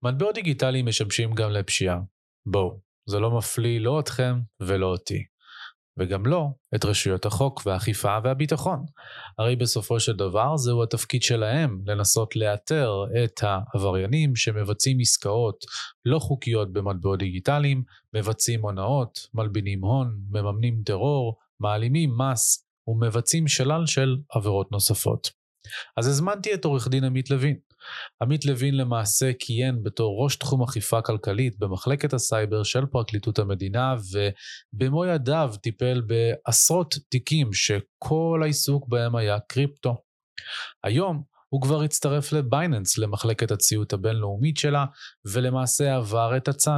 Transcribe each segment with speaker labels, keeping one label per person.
Speaker 1: מטבעות דיגיטליים משמשים גם לפשיעה. בואו, זה לא מפליא לא אתכם ולא אותי. וגם לא את רשויות החוק והאכיפה והביטחון. הרי בסופו של דבר זהו התפקיד שלהם לנסות לאתר את העבריינים שמבצעים עסקאות לא חוקיות במטבעות דיגיטליים, מבצעים הונאות, מלבינים הון, מממנים טרור, מעלימים מס ומבצעים שלל של עבירות נוספות. אז הזמנתי את עורך דין עמית לוין. עמית לוין למעשה כיהן בתור ראש תחום אכיפה כלכלית במחלקת הסייבר של פרקליטות המדינה, ובמו ידיו טיפל בעשרות תיקים שכל העיסוק בהם היה קריפטו. היום הוא כבר הצטרף לבייננס, למחלקת הציות הבינלאומית שלה, ולמעשה עבר את הצד.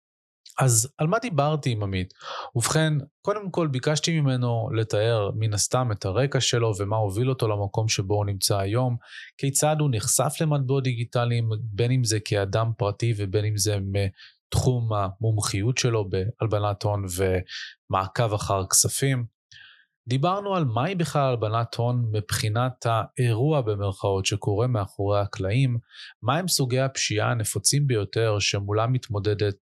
Speaker 1: אז על מה דיברתי עם עמית? ובכן, קודם כל ביקשתי ממנו לתאר מן הסתם את הרקע שלו ומה הוביל אותו למקום שבו הוא נמצא היום, כיצד הוא נחשף למטבעות דיגיטליים, בין אם זה כאדם פרטי ובין אם זה מתחום המומחיות שלו בהלבנת הון ומעקב אחר כספים. דיברנו על מהי בכלל הלבנת הון מבחינת האירוע במרכאות שקורה מאחורי הקלעים, מהם סוגי הפשיעה הנפוצים ביותר שמולם מתמודדת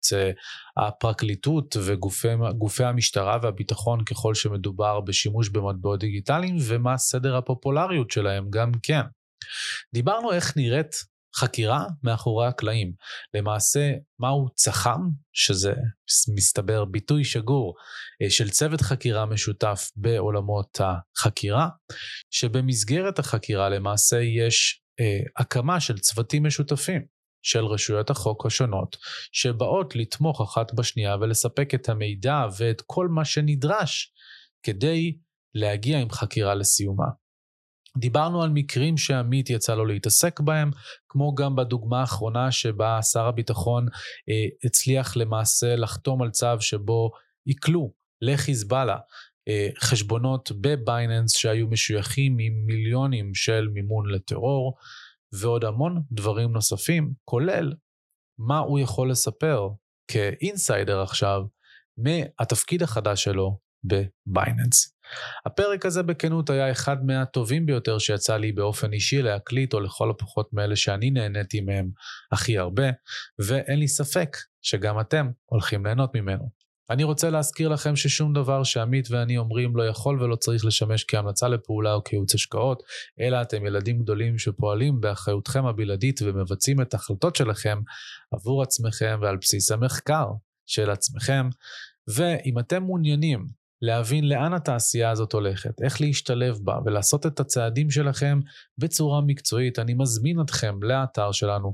Speaker 1: הפרקליטות וגופי המשטרה והביטחון ככל שמדובר בשימוש במטבעות דיגיטליים, ומה סדר הפופולריות שלהם גם כן. דיברנו איך נראית חקירה מאחורי הקלעים, למעשה מהו צח"ם, שזה מסתבר ביטוי שגור של צוות חקירה משותף בעולמות החקירה, שבמסגרת החקירה למעשה יש הקמה של צוותים משותפים של רשויות החוק השונות, שבאות לתמוך אחת בשנייה ולספק את המידע ואת כל מה שנדרש כדי להגיע עם חקירה לסיומה. דיברנו על מקרים שעמית יצא לו להתעסק בהם, כמו גם בדוגמה האחרונה שבה שר הביטחון הצליח למעשה לחתום על צו שבו עיקלו לחיזבאללה חשבונות בבייננס שהיו משויכים עם מיליונים של מימון לטרור, ועוד המון דברים נוספים, כולל מה הוא יכול לספר כאינסיידר עכשיו מהתפקיד החדש שלו בבייננס. הפרק הזה בכנות היה אחד מהטובים ביותר שיצא לי באופן אישי להקליט, או לכל הפחות מאלה שאני נהניתי מהם הכי הרבה, ואין לי ספק שגם אתם הולכים ליהנות ממנו. אני רוצה להזכיר לכם ששום דבר שעמית ואני אומרים לא יכול ולא צריך לשמש כהמלצה לפעולה או כייעוץ השקעות, אלא אתם ילדים גדולים שפועלים באחריותכם הבלעדית ומבצעים את ההחלטות שלכם עבור עצמכם ועל בסיס המחקר של עצמכם. ואם אתם מעוניינים להבין לאן התעשייה הזאת הולכת, איך להשתלב בה ולעשות את הצעדים שלכם בצורה מקצועית, אני מזמין אתכם לאתר שלנו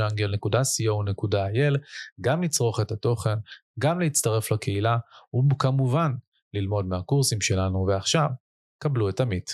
Speaker 1: cryptojungle.co.il, גם לצרוך את התוכן, גם להצטרף לקהילה, וכמובן ללמוד מהקורסים שלנו. ועכשיו, קבלו את עמית.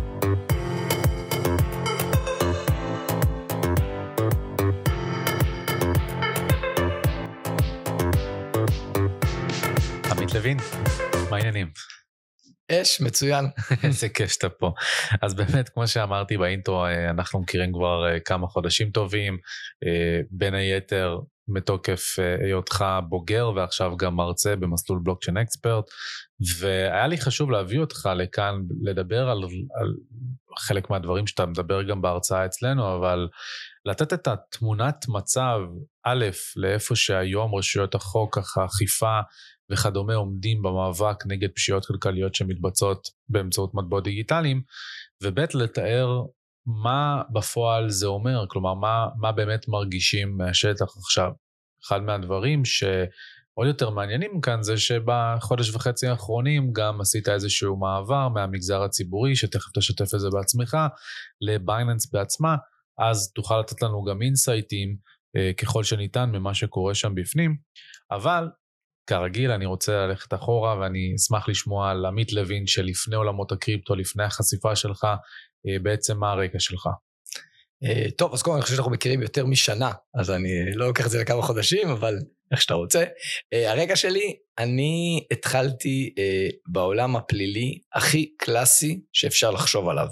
Speaker 1: עמית לוין, מה העניינים?
Speaker 2: מצוין.
Speaker 1: איזה כיף שאתה פה. אז באמת, כמו שאמרתי באינטרו, אנחנו מכירים כבר כמה חודשים טובים, בין היתר מתוקף היותך בוגר ועכשיו גם מרצה במסלול בלוקצ'יין אקספרט, והיה לי חשוב להביא אותך לכאן לדבר על חלק מהדברים שאתה מדבר גם בהרצאה אצלנו, אבל לתת את התמונת מצב א' לאיפה שהיום רשויות החוק, האכיפה וכדומה עומדים במאבק נגד פשיעות כלכליות שמתבצעות באמצעות מטבעות דיגיטליים, וב' לתאר מה בפועל זה אומר, כלומר מה באמת מרגישים מהשטח עכשיו. אחד מהדברים שעוד יותר מעניינים כאן זה שבחודש וחצי האחרונים גם עשית איזשהו מעבר מהמגזר הציבורי, שתכף תשתף את זה בעצמך, לבייננס בעצמה, אז תוכל לתת לנו גם אינסייטים ככל שניתן ממה שקורה שם בפנים, אבל כרגיל אני רוצה ללכת אחורה, ואני אשמח לשמוע על עמית לוין שלפני עולמות הקריפטו, לפני החשיפה שלך, בעצם מה הרקע שלך.
Speaker 2: טוב, אז קודם אני חושב שאנחנו מכירים יותר משנה, אז אני לא לוקח את זה לכמה חודשים, אבל איך שאתה רוצה. הרקע שלי, אני התחלתי בעולם הפלילי הכי קלאסי שאפשר לחשוב עליו.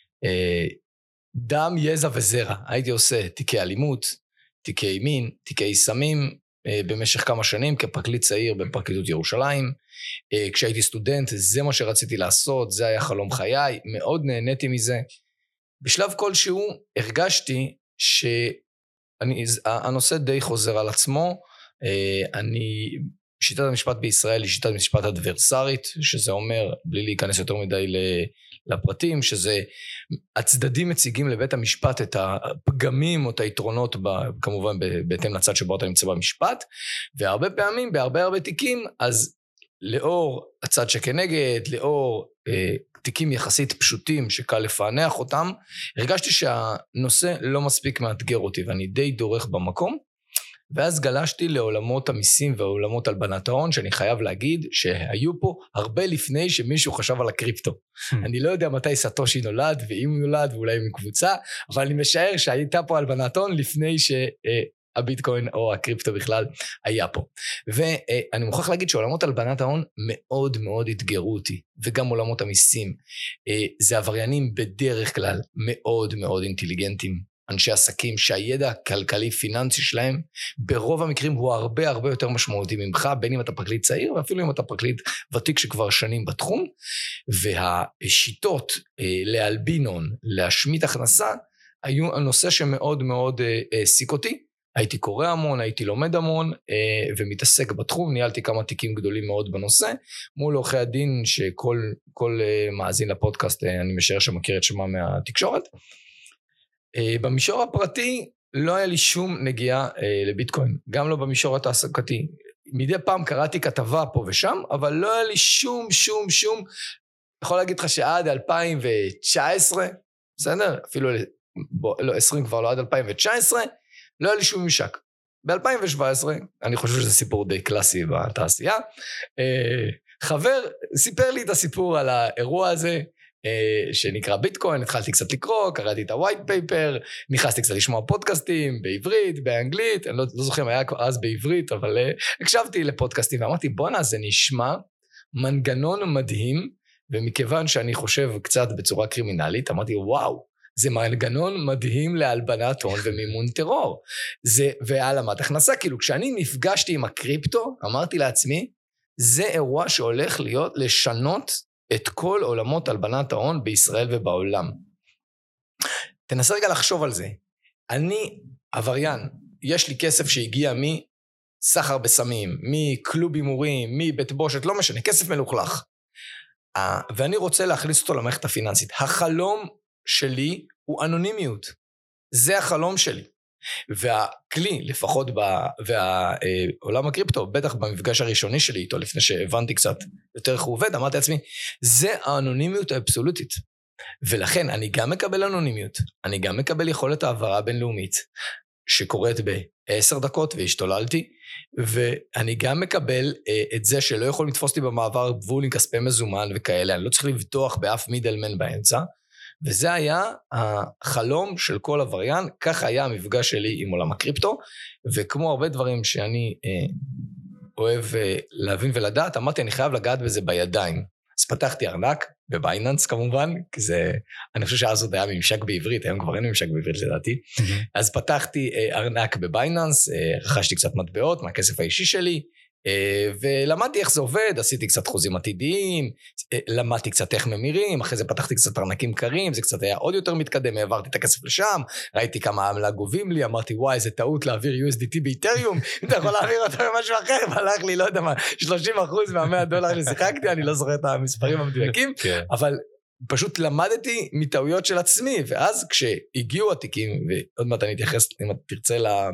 Speaker 2: דם, יזע וזרע. הייתי עושה תיקי אלימות, תיקי מין, תיקי סמים, במשך כמה שנים כפרקליט צעיר בפרקליטות ירושלים. כשהייתי סטודנט זה מה שרציתי לעשות, זה היה חלום חיי, מאוד נהניתי מזה. בשלב כלשהו הרגשתי הנושא די חוזר על עצמו, שיטת המשפט בישראל היא שיטת משפט אדברסרית, שזה אומר, בלי להיכנס יותר מדי לפרטים, שזה הצדדים מציגים לבית המשפט את הפגמים או את היתרונות, כמובן בהתאם לצד שבו אתה נמצא במשפט, והרבה פעמים, בהרבה תיקים, אז לאור הצד שכנגד, לאור תיקים יחסית פשוטים שקל לפענח אותם, הרגשתי שהנושא לא מספיק מאתגר אותי, ואני די דורך במקום, ואז גלשתי לעולמות המיסים ועולמות הלבנת ההון, שאני חייב להגיד שהיו פה הרבה לפני שמישהו חשב על הקריפטו. אני לא יודע מתי סטושי נולד, ואם הוא נולד, ואולי עם קבוצה, אבל אני משער שהייתה פה הלבנת הון לפני שהביטקוין או הקריפטו בכלל היה פה. ואני מוכרח להגיד שעולמות הלבנת ההון מאוד מאוד התגרו אותי, וגם עולמות המיסים. זה עבריינים בדרך כלל מאוד מאוד אינטליגנטים, אנשי עסקים שהידע הכלכלי פיננסי שלהם ברוב המקרים הוא הרבה יותר משמעותי ממך, בין אם אתה פרקליט צעיר ואפילו אם אתה פרקליט ותיק שכבר שנים בתחום, והשיטות להלבין הון, להשמיט הכנסה, היו הנושא שמאוד מאוד העסיק אותי. הייתי קורא המון, הייתי לומד המון ומתעסק בתחום, ניהלתי כמה תיקים גדולים מאוד בנושא, מול עורכי הדין שכל מאזין לפודקאסט אני משער שמכיר את שמה מהתקשורת. במישור הפרטי לא היה לי שום נגיעה לביטקוין, גם לא במישור התעסוקתי. מדי פעם קראתי כתבה פה ושם, אבל לא היה לי שום, יכול להגיד לך שעד 2019, בסדר? אפילו לא 20 כבר לא, עד 2019, לא היה לי שום ממשק. ב-2017, אני חושב שזה סיפור די קלאסי בתעשייה, חבר סיפר לי את הסיפור על האירוע הזה, שנקרא ביטקוין, התחלתי קצת לקרוא, קראתי את הווייט פייפר, נכנסתי קצת לשמוע פודקאסטים, בעברית, באנגלית, אני לא זוכר אם היה אז בעברית, אבל הקשבתי לפודקאסטים, ואמרתי, בוא'נה, זה נשמע מנגנון מדהים, ומכיוון שאני חושב קצת בצורה קרימינלית, אמרתי, וואו, זה מנגנון מדהים להלבנת הון ומימון טרור. והעלמת הכנסה, כאילו, כשאני נפגשתי עם הקריפטו, אמרתי לעצמי, זה אירוע שהולך לשנות את כל עולמות הלבנת ההון בישראל ובעולם. תנסה רגע לחשוב על זה. אני עבריין, יש לי כסף שהגיע מסחר בסמים, מקלוב הימורים, מבית בושת, לא משנה, כסף מלוכלך. ואני רוצה להכניס אותו למערכת הפיננסית. החלום שלי הוא אנונימיות. זה החלום שלי. והכלי, לפחות בעולם הקריפטו, בטח במפגש הראשוני שלי איתו, לפני שהבנתי קצת יותר איך הוא עובד, אמרתי לעצמי, זה האנונימיות האבסולוטית. ולכן אני גם מקבל אנונימיות, אני גם מקבל יכולת העברה בינלאומית, שקורית ב10 דקות והשתוללתי, ואני גם מקבל את זה שלא יכול לתפוס לי במעבר גבול עם כספי מזומן וכאלה, אני לא צריך לבטוח באף מידלמן באמצע, וזה היה החלום של כל עבריין, כך היה המפגש שלי עם עולם הקריפטו, וכמו הרבה דברים שאני אוהב להבין ולדעת, אמרתי, אני חייב לגעת בזה בידיים. אז פתחתי ארנק, בבייננס כמובן, כי זה, אני חושב שאז עוד היה ממשק בעברית, היום כבר אין ממשק בעברית לדעתי, אז פתחתי ארנק בבייננס, רכשתי קצת מטבעות מהכסף האישי שלי, ולמדתי איך זה עובד, עשיתי קצת חוזים עתידיים, למדתי קצת איך ממירים, אחרי זה פתחתי קצת ארנקים קרים, זה קצת היה עוד יותר מתקדם, העברתי את הכסף לשם, ראיתי כמה עמלה גובים לי, אמרתי וואי איזה טעות להעביר USDT באתריום, אם אתה יכול להעביר אותו במשהו אחר, והלך לי לא יודע מה, 30% מה$100 ששיחקתי, אני לא זוכר את המספרים המדויקים, אבל פשוט למדתי מטעויות של עצמי, ואז כשהגיעו התיקים, ועוד מעט אני אתייחס, אם אתה תרצה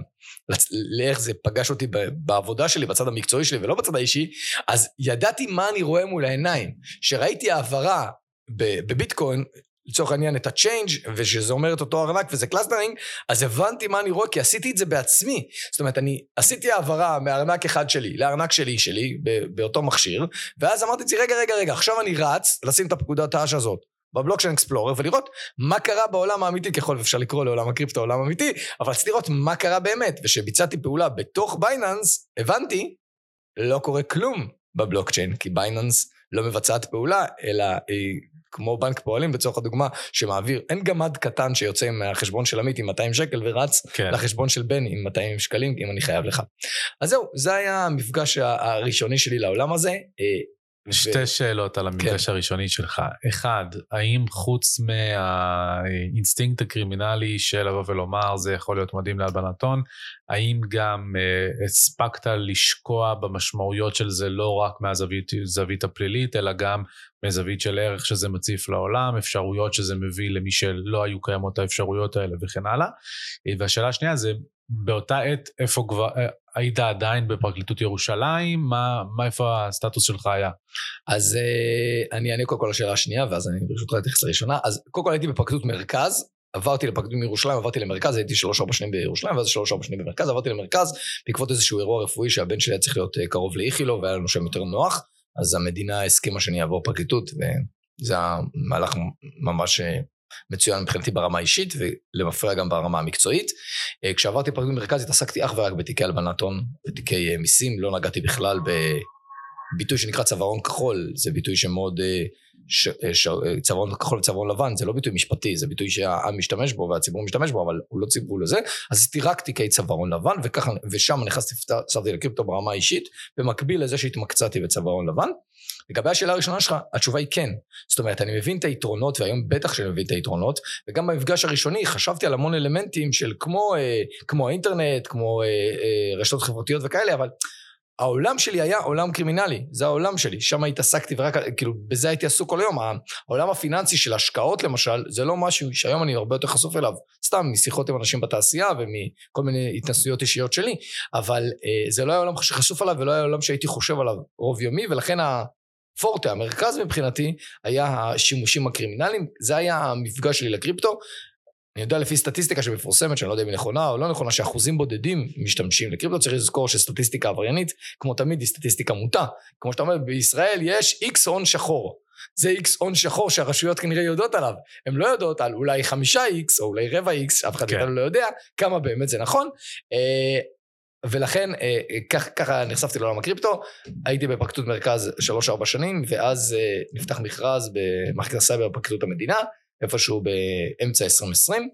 Speaker 2: לאיך זה פגש אותי בעבודה שלי, בצד המקצועי שלי ולא בצד האישי, אז ידעתי מה אני רואה מול העיניים, שראיתי העברה בביטקוין, לצורך העניין את הצ'יינג' ושזה אומר את אותו ארנק וזה קלאסטרינג, אז הבנתי מה אני רואה, כי עשיתי את זה בעצמי. זאת אומרת, אני עשיתי העברה מארנק אחד שלי לארנק שלי באותו מכשיר, ואז אמרתי רגע, עכשיו אני רץ לשים את הפקודת האש הזאת בבלוקצ'יין אקספלורר, ולראות מה קרה בעולם האמיתי, ככל אפשר לקרוא לעולם הקריפטו עולם אמיתי, אבל רציתי לראות מה קרה באמת, ושביצעתי פעולה בתוך בייננס, הבנתי, לא קורה כלום בבלוקצ'יין, כי בייננס לא מבצעת פעולה, אלא כמו בנק פועלים, בצורך הדוגמה, שמעביר, אין גמד קטן שיוצא מהחשבון של עמית עם 200 שקל, ורץ לחשבון של בני עם 200 שקלים, אם אני חייב לך. אז זהו, זה היה המפגש הראשוני שלי לעולם הזה,
Speaker 1: שתי שאלות על המפגש הראשוני שלך. אחד, האם חוץ מהאינסטינקט הקרימינלי של לבוא ולומר, זה יכול להיות מדהים להלבנת הון, האם גם הספקת לשקוע במשמעויות של זה לא רק מהזווית הפלילית, אלא גם מזווית של ערך שזה מציף לעולם, אפשרויות שזה מביא למי שלא היו קיימות האפשרויות האלה וכן הלאה. והשאלה השנייה זה, באותה עת, איפה כבר, היית עדיין בפרקליטות ירושלים? איפה הסטטוס שלך היה?
Speaker 2: אז אני אענה קודם כל לשאלה השנייה, ואז אני ברשותך אתייחס לראשונה. אז קודם כל הייתי בפרקליטות מרכז, עברתי לפרקליטות מירושלים, עברתי למרכז, הייתי 3-4 שנים בירושלים, ואז 3-4 שנים במרכז, עברתי למרכז, בעקבות איזשהו אירוע רפואי שהבן שלי היה צריך להיות קרוב לאיכילוב, והיה לנו שם יותר נוח, אז המדינה הסכימה שאני אעבור פרקליטות, וזה המהלך ממש מצוין מבחינתי ברמה האישית, ולמפרע גם ברמה המקצועית. כשעברתי פרקליטות מרכז, התעסקתי אך ורק בתיקי הלבנת הון, בתיקי מיסים, לא נגעתי בכלל בביטוי שנקרא צווארון כחול, זה ביטוי שמאוד, צווארון כחול וצווארון לבן, זה לא ביטוי משפטי, זה ביטוי שהעם משתמש בו והציבור משתמש בו, אבל הוא לא ציבור לזה, אז עשיתי רק תיקי צווארון לבן, ושם נכנסתי לקריפטו ברמה האישית, במקביל לזה שהתמקצעתי בצווארון לבן. לגבי השאלה הראשונה שלך, התשובה היא כן. זאת אומרת, אני מבין את היתרונות, והיום בטח שאני מבין את היתרונות, וגם במפגש הראשוני חשבתי על המון אלמנטים של כמו האינטרנט, כמו רשתות חברתיות וכאלה, אבל העולם שלי היה עולם קרימינלי, זה העולם שלי, שם התעסקתי ורק, כאילו, בזה הייתי עסוק כל היום, העולם הפיננסי של השקעות למשל, זה לא משהו שהיום אני הרבה יותר חשוף אליו, סתם משיחות עם אנשים בתעשייה, ומכל מיני התנסויות אישיות שלי, אבל זה לא היה עולם שחשוף עליו, ולא היה עולם שהייתי חושב עליו רוב יומי, ולכן הפורטה, המרכז מבחינתי, היה השימושים הקרימינליים, זה היה המפגש שלי לקריפטו, אני יודע לפי סטטיסטיקה שמפורסמת, שאני לא יודע אם היא נכונה או לא נכונה, שאחוזים בודדים משתמשים לקריפטו, צריך לזכור שסטטיסטיקה עבריינית, כמו תמיד היא סטטיסטיקה מוטה, כמו שאתה אומר, בישראל יש X הון שחור, זה X הון שחור שהרשויות כנראה יודעות עליו, הן לא יודעות על אולי 5X או אולי 4X, אף אחד מאיתנו לא יודע כמה באמת זה נכון, ולכן ככה נחשפתי לעולם הקריפטו, הייתי בפרקליטות מרכז 3-4 שנים, ואז נפתח מכרז במחלקת הסייבר בפרקליטות המדינה, איפשהו באמצע 2020,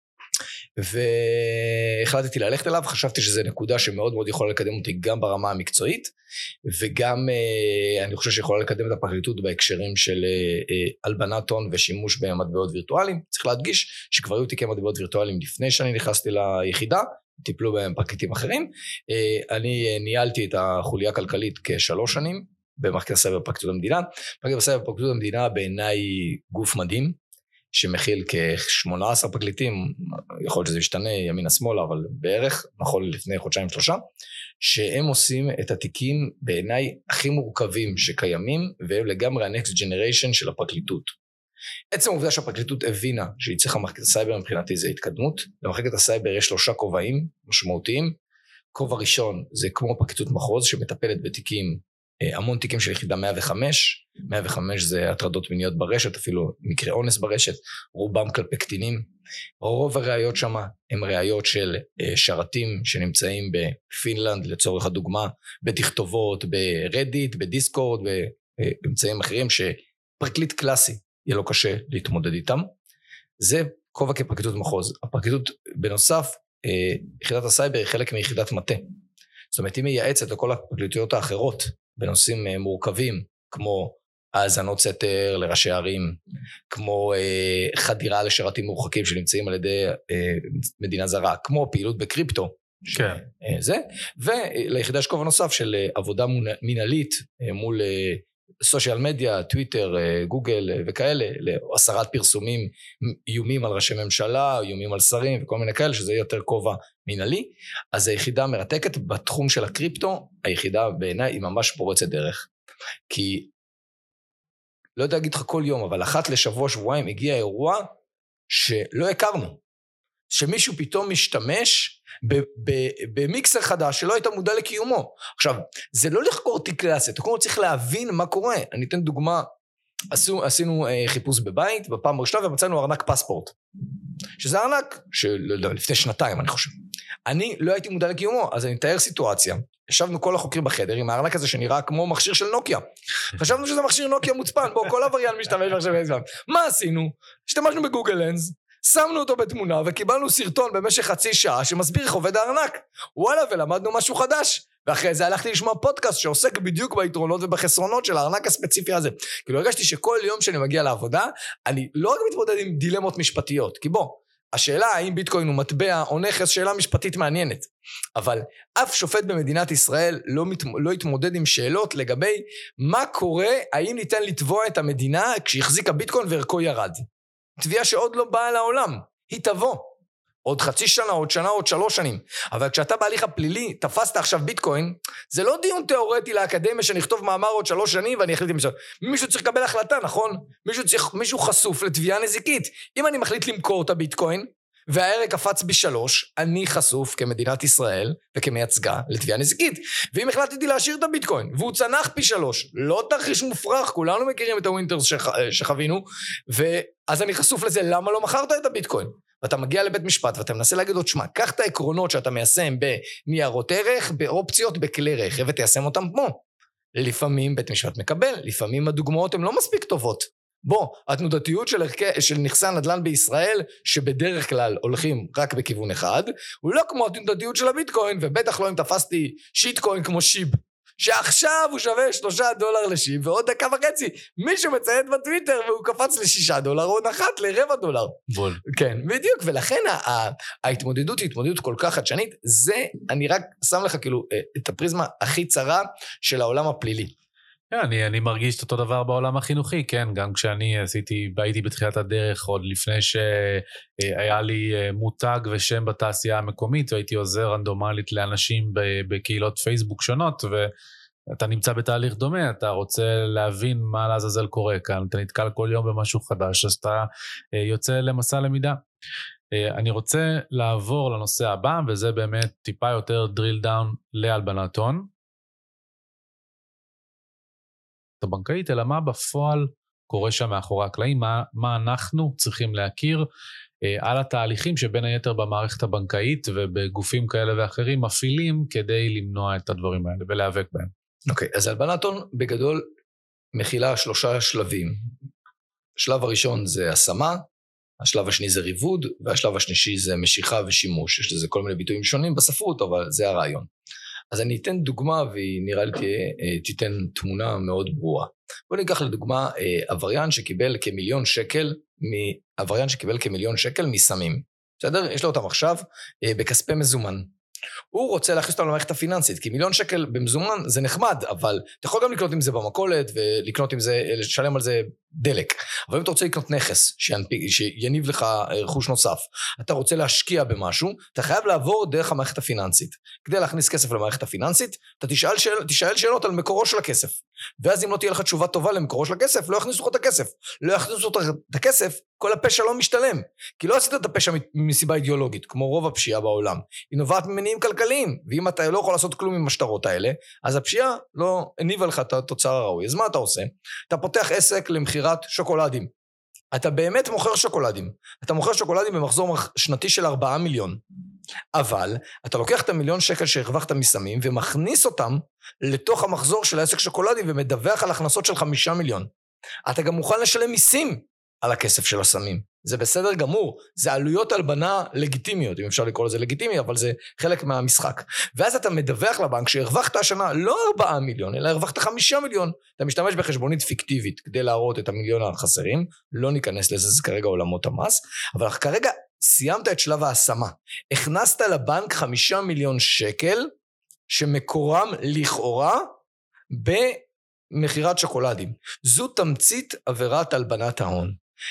Speaker 2: והחלטתי ללכת אליו, חשבתי שזה נקודה שמאוד מאוד יכולה לקדם אותי גם ברמה המקצועית, וגם אני חושב שיכולה לקדם את הפרקליטות בהקשרים של הלבנת הון ושימוש במטבעות וירטואליים. צריך להדגיש שכבר היו תיקי מטבעות וירטואליים לפני שאני נכנסתי ליחידה, טיפלו בהם פרקליטים אחרים. אני ניהלתי את החוליה הכלכלית כ3 שנים, במחלקת הסייבר בפרקליטות המדינה. מחלקת הסייבר בפרקליטות המדינה בעיניי גוף מדהים, שמכיל כ18 פרקליטים, יכול להיות שזה משתנה ימינה שמאלה, אבל בערך, נכון לפני 2-3, שהם עושים את התיקים בעיניי הכי מורכבים שקיימים, והם לגמרי ה-next generation של הפרקליטות. עצם העובדה שהפרקליטות הבינה שהיא צריכה מחלקת הסייבר, מבחינתי זה התקדמות. למחלקת הסייבר יש 3 כובעים משמעותיים. כובע ראשון זה כמו פרקליטות מחוז שמטפלת בתיקים, המון תיקים של יחידה 105, 105 זה הטרדות מיניות ברשת, אפילו מקרה אונס ברשת, רובם כלפי קטינים, רוב הראיות שם הם ראיות של שרתים שנמצאים בפינלנד לצורך הדוגמה, בתכתובות, ברדיט, בדיסקורד, באמצעים אחרים שפרקליט קלאסי יהיה לו קשה להתמודד איתם, זה כובע כפרקליטות מחוז. הפרקליטות בנוסף, יחידת הסייבר היא חלק מיחידת מטה, זאת אומרת היא מייעצת לכל הפרקליטויות האחרות, בנושאים מורכבים, כמו האזנות סתר לראשי ערים, כמו חדירה לשרתים מורחקים שנמצאים על ידי מדינה זרה, כמו פעילות בקריפטו,
Speaker 1: כן.
Speaker 2: זה, וליחידה יש כובע נוסף של עבודה מנהלית מול סושיאל מדיה, טוויטר, גוגל וכאלה, להסרת פרסומים, איומים על ראשי ממשלה, איומים על שרים וכל מיני כאלה, שזה יותר כובע מנהלי. אז היחידה מרתקת בתחום של הקריפטו, היחידה בעיניי היא ממש פורצת דרך. כי, לא יודע להגיד לך כל יום, אבל אחת לשבוע, שבועיים, הגיע אירוע שלא הכרנו. שמישהו פתאום משתמש במיקסר חדש שלא היית מודע לקיומו. עכשיו, זה לא לחקור תיק קלאסי, אתה קודם צריך להבין מה קורה. אני אתן דוגמה, עשינו חיפוש בבית, בפעם הראשונה, ומצאנו ארנק פספורט. שזה ארנק, לפני 2 אני חושב. אני לא הייתי מודע לקיומו, אז אני אתאר סיטואציה. ישבנו כל החוקרים בחדר עם הארנק הזה שנראה כמו מכשיר של נוקיה. חשבנו שזה מכשיר נוקיה מוצפן, בו כל עבריין משתמש עכשיו. מה עשינו? השתמשנו בגוגל לנס, שמנו אותו בתמונה וקיבלנו סרטון במשך 0.5 שעה שמסביר איך עובד הארנק. וואלה, ולמדנו משהו חדש. ואחרי זה הלכתי לשמוע פודקאסט שעוסק בדיוק ביתרונות ובחסרונות של הארנק הספציפי הזה. כאילו הרגשתי שכל יום שאני מגיע לעבודה, אני לא רק מתמודד עם דילמות משפטיות, כי בוא, השאלה האם ביטקוין הוא מטבע או נכס, שאלה משפטית מעניינת. אבל אף שופט במדינת ישראל לא התמודד עם שאלות לגבי מה קורה, האם ניתן לתבוע את המדינה כשהחזיקה ביטקוין וערכו ירד. תביעה שעוד לא באה לעולם, היא תבוא. עוד חצי שנה, עוד שנה, עוד 3 שנים. אבל כשאתה בהליך הפלילי, תפסת עכשיו ביטקוין, זה לא דיון תיאורטי לאקדמיה שנכתוב מאמר עוד 3 שנים ואני אחליט למשל. מישהו צריך לקבל החלטה, נכון? מישהו חשוף לתביעה נזיקית. אם אני מחליט למכור את הביטקוין, והערך קפץ ב3, אני חשוף כמדינת ישראל וכמייצגה לתביעה נזיקית. ואם החלטתי להשאיר את הביטקוין, והוא צנח פי 3, לא תרחיש מופרך, כולנו מכירים את הווינטרס שחווינו, ואז אני חשוף לזה, למה לא מכרת את הביטקוין? ואתה מגיע לבית משפט ואתה מנסה להגיד עוד, שמה, קח את העקרונות שאתה מיישם בניירות ערך, באופציות, בכלי רכב, ותיישם אותם פה. לפעמים בית משפט מקבל, לפעמים הדוגמאות הן לא מספיק טובות. בוא, התנודתיות של נכסי הנדל"ן בישראל, שבדרך כלל הולכים רק בכיוון אחד, הוא לא כמו התנודתיות של הביטקוין, ובטח לא אם תפסתי שיטקוין כמו שיב, שעכשיו הוא שווה $3 לשיב, ועוד 1.5 דקות, מישהו מציית בטוויטר, והוא קפץ $6, או נחת $0.25.
Speaker 1: בול.
Speaker 2: כן, בדיוק, ולכן ההתמודדות היא התמודדות כל כך חדשנית, זה, אני רק שם לך כאילו את הפריזמה הכי צרה של העולם הפלילי.
Speaker 1: אני מרגיש את אותו דבר בעולם החינוכי, כן, גם כשאני הייתי בתחילת הדרך, עוד לפני שהיה לי מותג ושם בתעשייה המקומית, והייתי עוזר רנדומלית לאנשים בקהילות פייסבוק שונות, ואתה נמצא בתהליך דומה, אתה רוצה להבין מה לעזאזל קורה כאן, אתה נתקל כל יום במשהו חדש, אז אתה יוצא למסע למידה. אני רוצה לעבור לנושא הבא, וזה באמת טיפה יותר drill down להלבנת הון, הבנקאית, אלא מה בפועל קורה שם מאחורי הקלעים, מה אנחנו צריכים להכיר על התהליכים שבין היתר במערכת הבנקאית ובגופים כאלה ואחרים מפעילים כדי למנוע את הדברים האלה ולהיאבק בהם.
Speaker 2: אוקיי, אז הלבנת הון בגדול מכילה 3 שלבים. השלב הראשון זה השמה, השלב השני זה ריבוד, והשלב השלישי זה משיכה ושימוש. יש לזה כל מיני ביטויים שונים בספרות, אבל זה הרעיון. אז אני אתן דוגמה, והיא נראה לי תיתן תמונה מאוד ברורה. בוא ניקח לדוגמה עבריין שקיבל כמיליון שקל מסמים. בסדר? יש לו אותם עכשיו בכספי מזומן. הוא רוצה להכניס אותם למערכת הפיננסית, כי $1,000,000 במזומן זה נחמד, אבל אתה יכול גם לקנות עם זה במכולת, ולקנות עם זה, לשלם על זה דלק. אבל אם אתה רוצה לקנות נכס, שיניב לך רכוש נוסף, אתה רוצה להשקיע במשהו, אתה חייב לעבור דרך המערכת הפיננסית. כדי להכניס כסף למערכת הפיננסית, אתה תשאל שאלות על מקורו של הכסף. ואז אם לא תהיה לך תשובה טובה למקורו של הכסף, לא יכניסו לך את הכסף. לא יכניסו את הכסף, כל הפשע לא משתלם. כי לא עשית את הפשע מסיבה אידיאולוגית, כמו רוב הפשיעה בעולם. היא נובעת ממניעים כלכליים, ואם אתה לא יכול לעשות כלום עם השטרות האלה, אז הפשיעה לא הניבה לך את התוצר הראוי. אז מה אתה עושה? אתה פותח עסק למכירת שוקולדים. אתה באמת מוכר שוקולדים. אתה מוכר שוקולדים במחזור שנתי של 4 מיליון. אבל אתה לוקח את $1,000,000 שהרווחת מסמים, ומכניס אותם לתוך המחזור של העסק שוקולדים, ומדווח על הכנסות של 5 מיליון. אתה גם מוכן לשלם מיסים על הכסף של הסמים. זה בסדר גמור. זה עלויות הלבנה לגיטימיות, אם אפשר לקרוא לזה לגיטימי, אבל זה חלק מהמשחק. ואז אתה מדווח לבנק שהרווחת השנה לא 4 מיליון, אלא הרווחת 5 מיליון. אתה משתמש בחשבונית פיקטיבית כדי להראות את $1,000,000 החסרים. לא ניכנס לזה, זה כרגע עולמות המס. אבל כרגע סיימת את שלב ההשמה. הכנסת לבנק 5 מיליון שקל, שמקורם לכאורה במכירת שוקולדים. זו תמצית עבירת הלבנת ההון.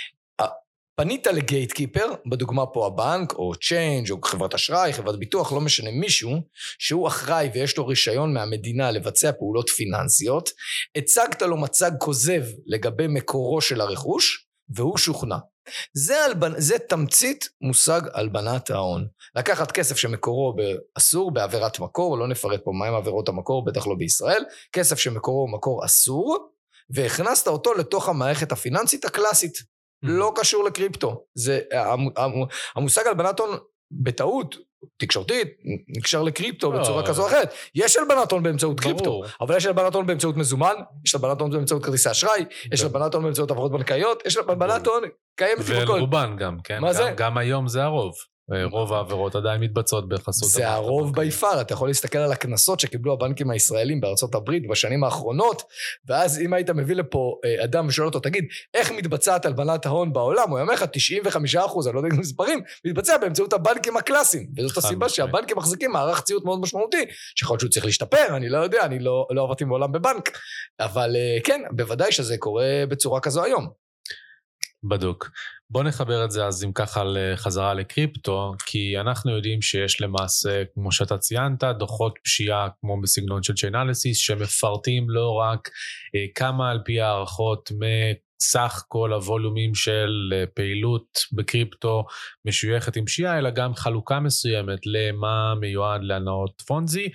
Speaker 2: פנית לגייטקיפר, בדוגמה פה הבנק, או צ'יינג' או חברת אשראי, חברת ביטוח, לא משנה מישהו, שהוא אחראי ויש לו רישיון מהמדינה לבצע פעולות פיננסיות, הצגת לו מצג כוזב לגבי מקורו של הרכוש, והוא שוכנע. זה תמצית מושג הלבנת ההון. לקחת כסף שמקורו אסור, בעבירת מקור, לא נפרט פה מהם עבירות המקור, בטח לא בישראל, כסף שמקורו מקור אסור, והכנסת אותו לתוך המערכת הפיננסית הקלאסית. לא קשור לקריפטו. זה, המושג הלבנת הון בטעות, תקשורתית, נקשר לקריפטו בצורה כזו או אחרת. יש הלבנת הון באמצעות קריפטו, אבל יש הלבנת הון באמצעות מזומן, יש הלבנת הון באמצעות כרטיסי אשראי, יש הלבנת הון באמצעות העברות בנקאיות, יש הלבנת הון קיימת בכל.
Speaker 1: ורובן גם, כן? גם היום זה הרוב. רוב העבירות עדיין מתבצעות בחסות.
Speaker 2: זה הרוב ביפר, אתה יכול להסתכל על הכנסות שקיבלו הבנקים הישראלים בארצות הברית בשנים האחרונות, ואז אם היית מביא לפה אדם ושואל אותו, תגיד, איך מתבצעת הלבנת ההון בעולם? הוא יאמר לך 95%, אני לא יודע אם מספרים, מתבצע באמצעות הבנקים הקלאסיים, וזאת הסיבה שהבנקים מחזיקים מערך ציות מאוד משמעותי, שיכול להיות שהוא צריך להשתפר, אני לא יודע, אני לא עברתי מעולם בבנק, אבל כן, בוודאי שזה קורה בצורה כזו היום.
Speaker 1: בדוק. בוא נחבר את זה אז אם ככה לחזרה לקריפטו, כי אנחנו יודעים שיש למעשה, כמו שאתה ציינת, דוחות פשיעה כמו בסגנון של צ'יינליסיס, שמפרטים לא רק כמה על פי הערכות מסך כל הווליומים של פעילות בקריפטו משויכת עם פשיעה, אלא גם חלוקה מסוימת למה מיועד להנאות פונזי,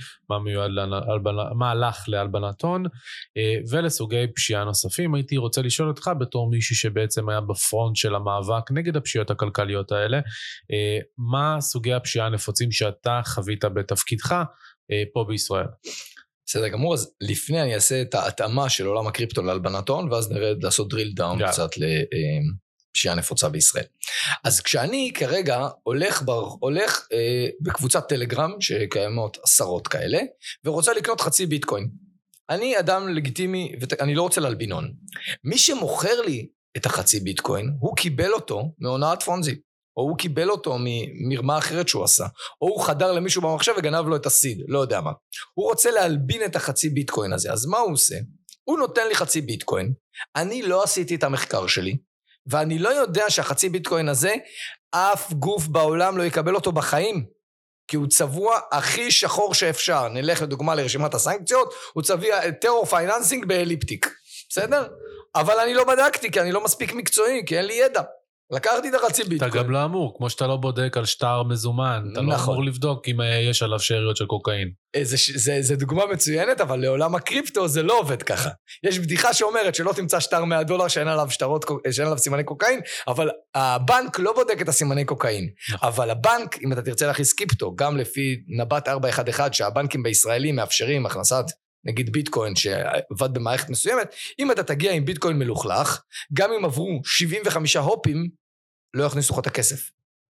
Speaker 1: מה הלך להלבנת הון, ולסוגי פשיעה נוספים. הייתי רוצה לשאול אותך בתור מישהו שבעצם היה בפרונט של המאבק נגד הפשיעות הכלכליות האלה, מה סוגי הפשיעה הנפוצים שאתה חווית בתפקידך פה בישראל?
Speaker 2: בסדר גמור, אז לפני אני אעשה את ההתאמה של עולם הקריפטו להלבנת הון, ואז נרד לעשות דריל דאון קצת לפשיעה נפוצה בישראל. אז כשאני כרגע הולך בקבוצת טלגרם, שקיימות עשרות כאלה, ורוצה לקנות חצי ביטקוין. אני אדם לגיטימי, ואני לא רוצה להלבינון. מי שמוכר לי את החצי ביטקוין, הוא קיבל אותו מהונאת פונזי. או הוא קיבל אותו ממרמה אחרת שהוא עשה, או הוא חדר למישהו במחשב וגנב לו את הסיד, לא יודע מה. הוא רוצה להלבין את החצי ביטקוין הזה, אז מה הוא עושה? הוא נותן לי חצי ביטקוין, אני לא עשיתי את המחקר שלי, ואני לא יודע שהחצי ביטקוין הזה, אף גוף בעולם לא יקבל אותו בחיים, כי הוא צבוע הכי שחור שאפשר. נלך לדוגמה לרשימת הסנקציות, הוא צבוע טרור פייננסינג באליפטיק, בסדר? אבל אני לא בדקתי, כי אני לא מספיק מקצועי, כי אין לי ידע. לקחתי את החצי ביטקוין.
Speaker 1: אתה גם לא אמור, כמו שאתה לא בודק על שטר מזומן, אתה לא אמור לבדוק אם יש עליו שאריות של קוקאין.
Speaker 2: זה דוגמה מצוינת, אבל לעולם הקריפטו זה לא עובד ככה. יש בדיחה שאומרת שלא תמצא שטר $100 שאין עליו סימני קוקאין, אבל הבנק לא בודק את הסימני קוקאין. אבל הבנק, אם אתה תרצה להכניס קריפטו, גם לפי נבט 411, שהבנקים בישראלים מאפשרים הכנסת נגיד ביטקוין שעבד במערכת מסוימת, אם אתה תגיע עם ביטקוין מלוכלך, גם אם עברו 75 הופים, לא יכניסו לך את הכסף.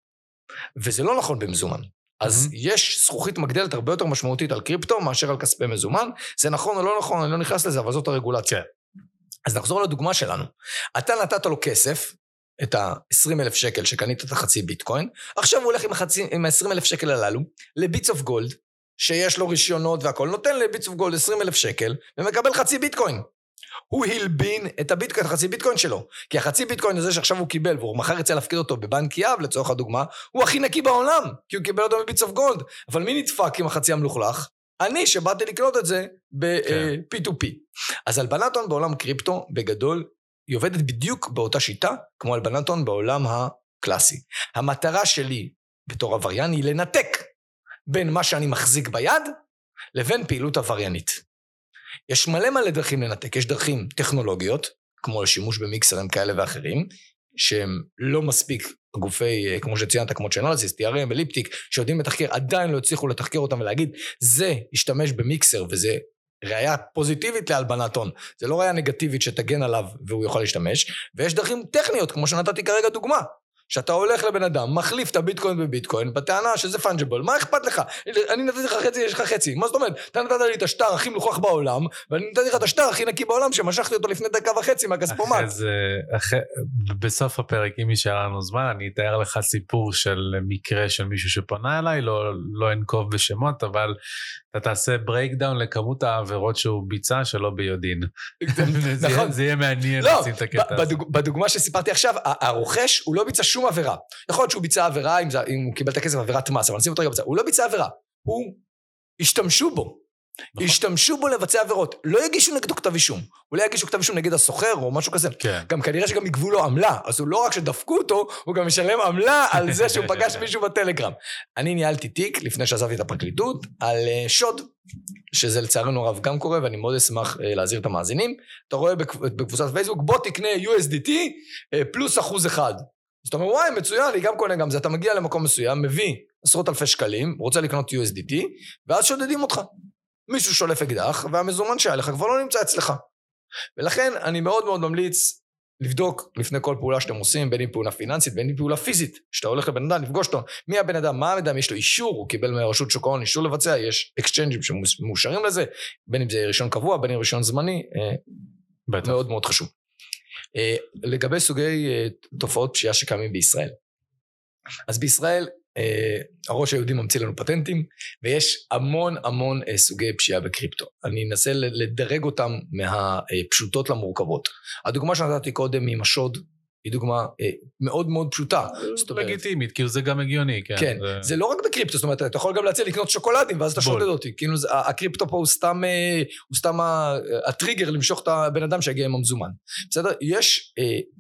Speaker 2: וזה לא נכון במזומן. אז יש זכוכית מגדלת הרבה יותר משמעותית על קריפטו, מאשר על כספי מזומן. זה נכון או לא נכון, אני לא נכנס לזה, אבל זאת הרגולציה. אז נחזור לדוגמה שלנו. אתה נתת לו כסף, את ה-20,000 שקל שקנית את החצי ביטקוין, עכשיו הוא הולך עם ה-20,000 שקל הללו, לביטס אוף גולד, שיש לו רישיונות והכל, נותן לביטס אוף גולד 20,000 שקל, ומקבל חצי ביטקוין. הוא הלבין את הביטקוין, את החצי ביטקוין שלו. כי החצי ביטקוין הזה שעכשיו הוא קיבל, והוא מחר יצא להפקיד אותו בבנק יהב, לצורך הדוגמה, הוא הכי נקי בעולם, כי הוא קיבל אותו מביטס אוף גולד. אבל מי נדפק עם החצי המלוכלך? אני שבאתי לקנות את זה ב-P2P. אז הלבנת הון בעולם קריפטו, בגדול, היא עובדת בדיוק באותה שיטה, כמו הלבנת הון בעולם הקלאסי. המטרה שלי, בתור עבריין, היא לנתק בין מה שאני מחזיק ביד, לבין פעילות עבריינית. יש מלא דרכים לנתק, יש דרכים טכנולוגיות, כמו לשימוש במיקסרים כאלה ואחרים, שהם לא מספיק גופי, כמו שציינת, כמו צ'אנליסיס, TRM, אליפטיק, שיודעים לתחקר, עדיין לא הצליחו לתחקר אותם ולהגיד, זה ישתמש במיקסר, וזה ראייה פוזיטיבית להלבנת הון, זה לא ראייה נגטיבית שתגן עליו והוא יכול להשתמש, ויש דרכים טכניות, כמו שנתתי כרגע דוגמה, שאתה הולך לבן אדם, מחליף את הביטקוין בביטקוין, בטענה שזה פנג'יבל, מה אכפת לך? אני נתתי לך חצי, יש לך חצי. מה זאת אומרת? אתה נתת לי את השטר הכי מלוכח בעולם, ואני נתתי לך את השטר הכי נקי בעולם, שמשכתי אותו לפני דקה וחצי מהכספומט.
Speaker 1: בסוף הפרק, אם יישאר לנו זמן, אני אתאר לך סיפור של מקרה של מישהו שפונה אליי, לא אנקוב בשמות, אבל אתה תעשה ברייקדאון לכמות העבירות שהוא ביצע שלא ביודעין. זה יהיה מעניין לשים את הקטע הזה.
Speaker 2: בדוגמה שסיפרתי עכשיו, הרוכש הוא לא ביצע שום עבירה. יכול להיות שהוא ביצע עבירה, אם הוא קיבל את הכסף עבירת מס, אבל נשים אותו רגע בצד. הוא לא ביצע עבירה, הוא השתמשו בו. השתמשו בו לבצע עבירות. לא יגישו נגדו כתב אישום. אולי יגישו כתב אישום נגד הסוחר או משהו כזה. גם כנראה שגם יגבו לו עמלה. אז הוא לא רק שדפקו אותו, הוא גם משלם עמלה על זה שהוא פגש מישהו בטלגרם. אני ניהלתי תיק לפני שעזבתי את הפרקליטות על שוד, שזה לצערנו הרב גם קורה, ואני מאוד אשמח להזהיר את המאזינים. אתה רואה בקבוצת פייסבוק, בוא תקנה USDT פלוס 1%. זאת אומרת, וואי, מצוין, אני גם קונה גם זה. אתה מגיע למקום מסוים, מביא עשרות אלפי שקלים, רוצה לקנות USDT, ואז שודדים אותך. מישהו שולף אקדח, והמזומן שהיה לך כבר לא נמצא אצלך. ולכן אני מאוד מאוד ממליץ לבדוק לפני כל פעולה שאתם עושים, בין אם פעולה פיננסית, בין אם פעולה פיזית, שאתה הולך לבן אדם, לפגוש אותו, מי הבן אדם, מה הבן אדם, יש לו אישור, הוא קיבל מרשות שוק ההון אישור לבצע, יש אקסצ'יינג'ים שמאושרים לזה, בין אם זה רישיון קבוע, בין אם רישיון זמני, מאוד מאוד חשוב. לגבי סוגי תופעות פשיעה שקיימים בישראל. אז בישראל, הראש היהודי ממציא לנו פטנטים, ויש המון המון סוגי פשיעה בקריפטו. אני אנסה לדרג אותם מהפשוטות למורכבות. הדוגמה שנתתי קודם עם השוד, היא דוגמה מאוד מאוד פשוטה.
Speaker 1: לגיטימית, כאילו זה גם הגיוני.
Speaker 2: כן, זה לא רק בקריפטו, זאת אומרת, אתה יכול גם להציע לקנות שוקולדים, ואז אתה שודד אותי. כאילו הקריפטו פה הוא סתם הטריגר למשוך את הבן אדם שהגיע עם המזומן. בסדר? יש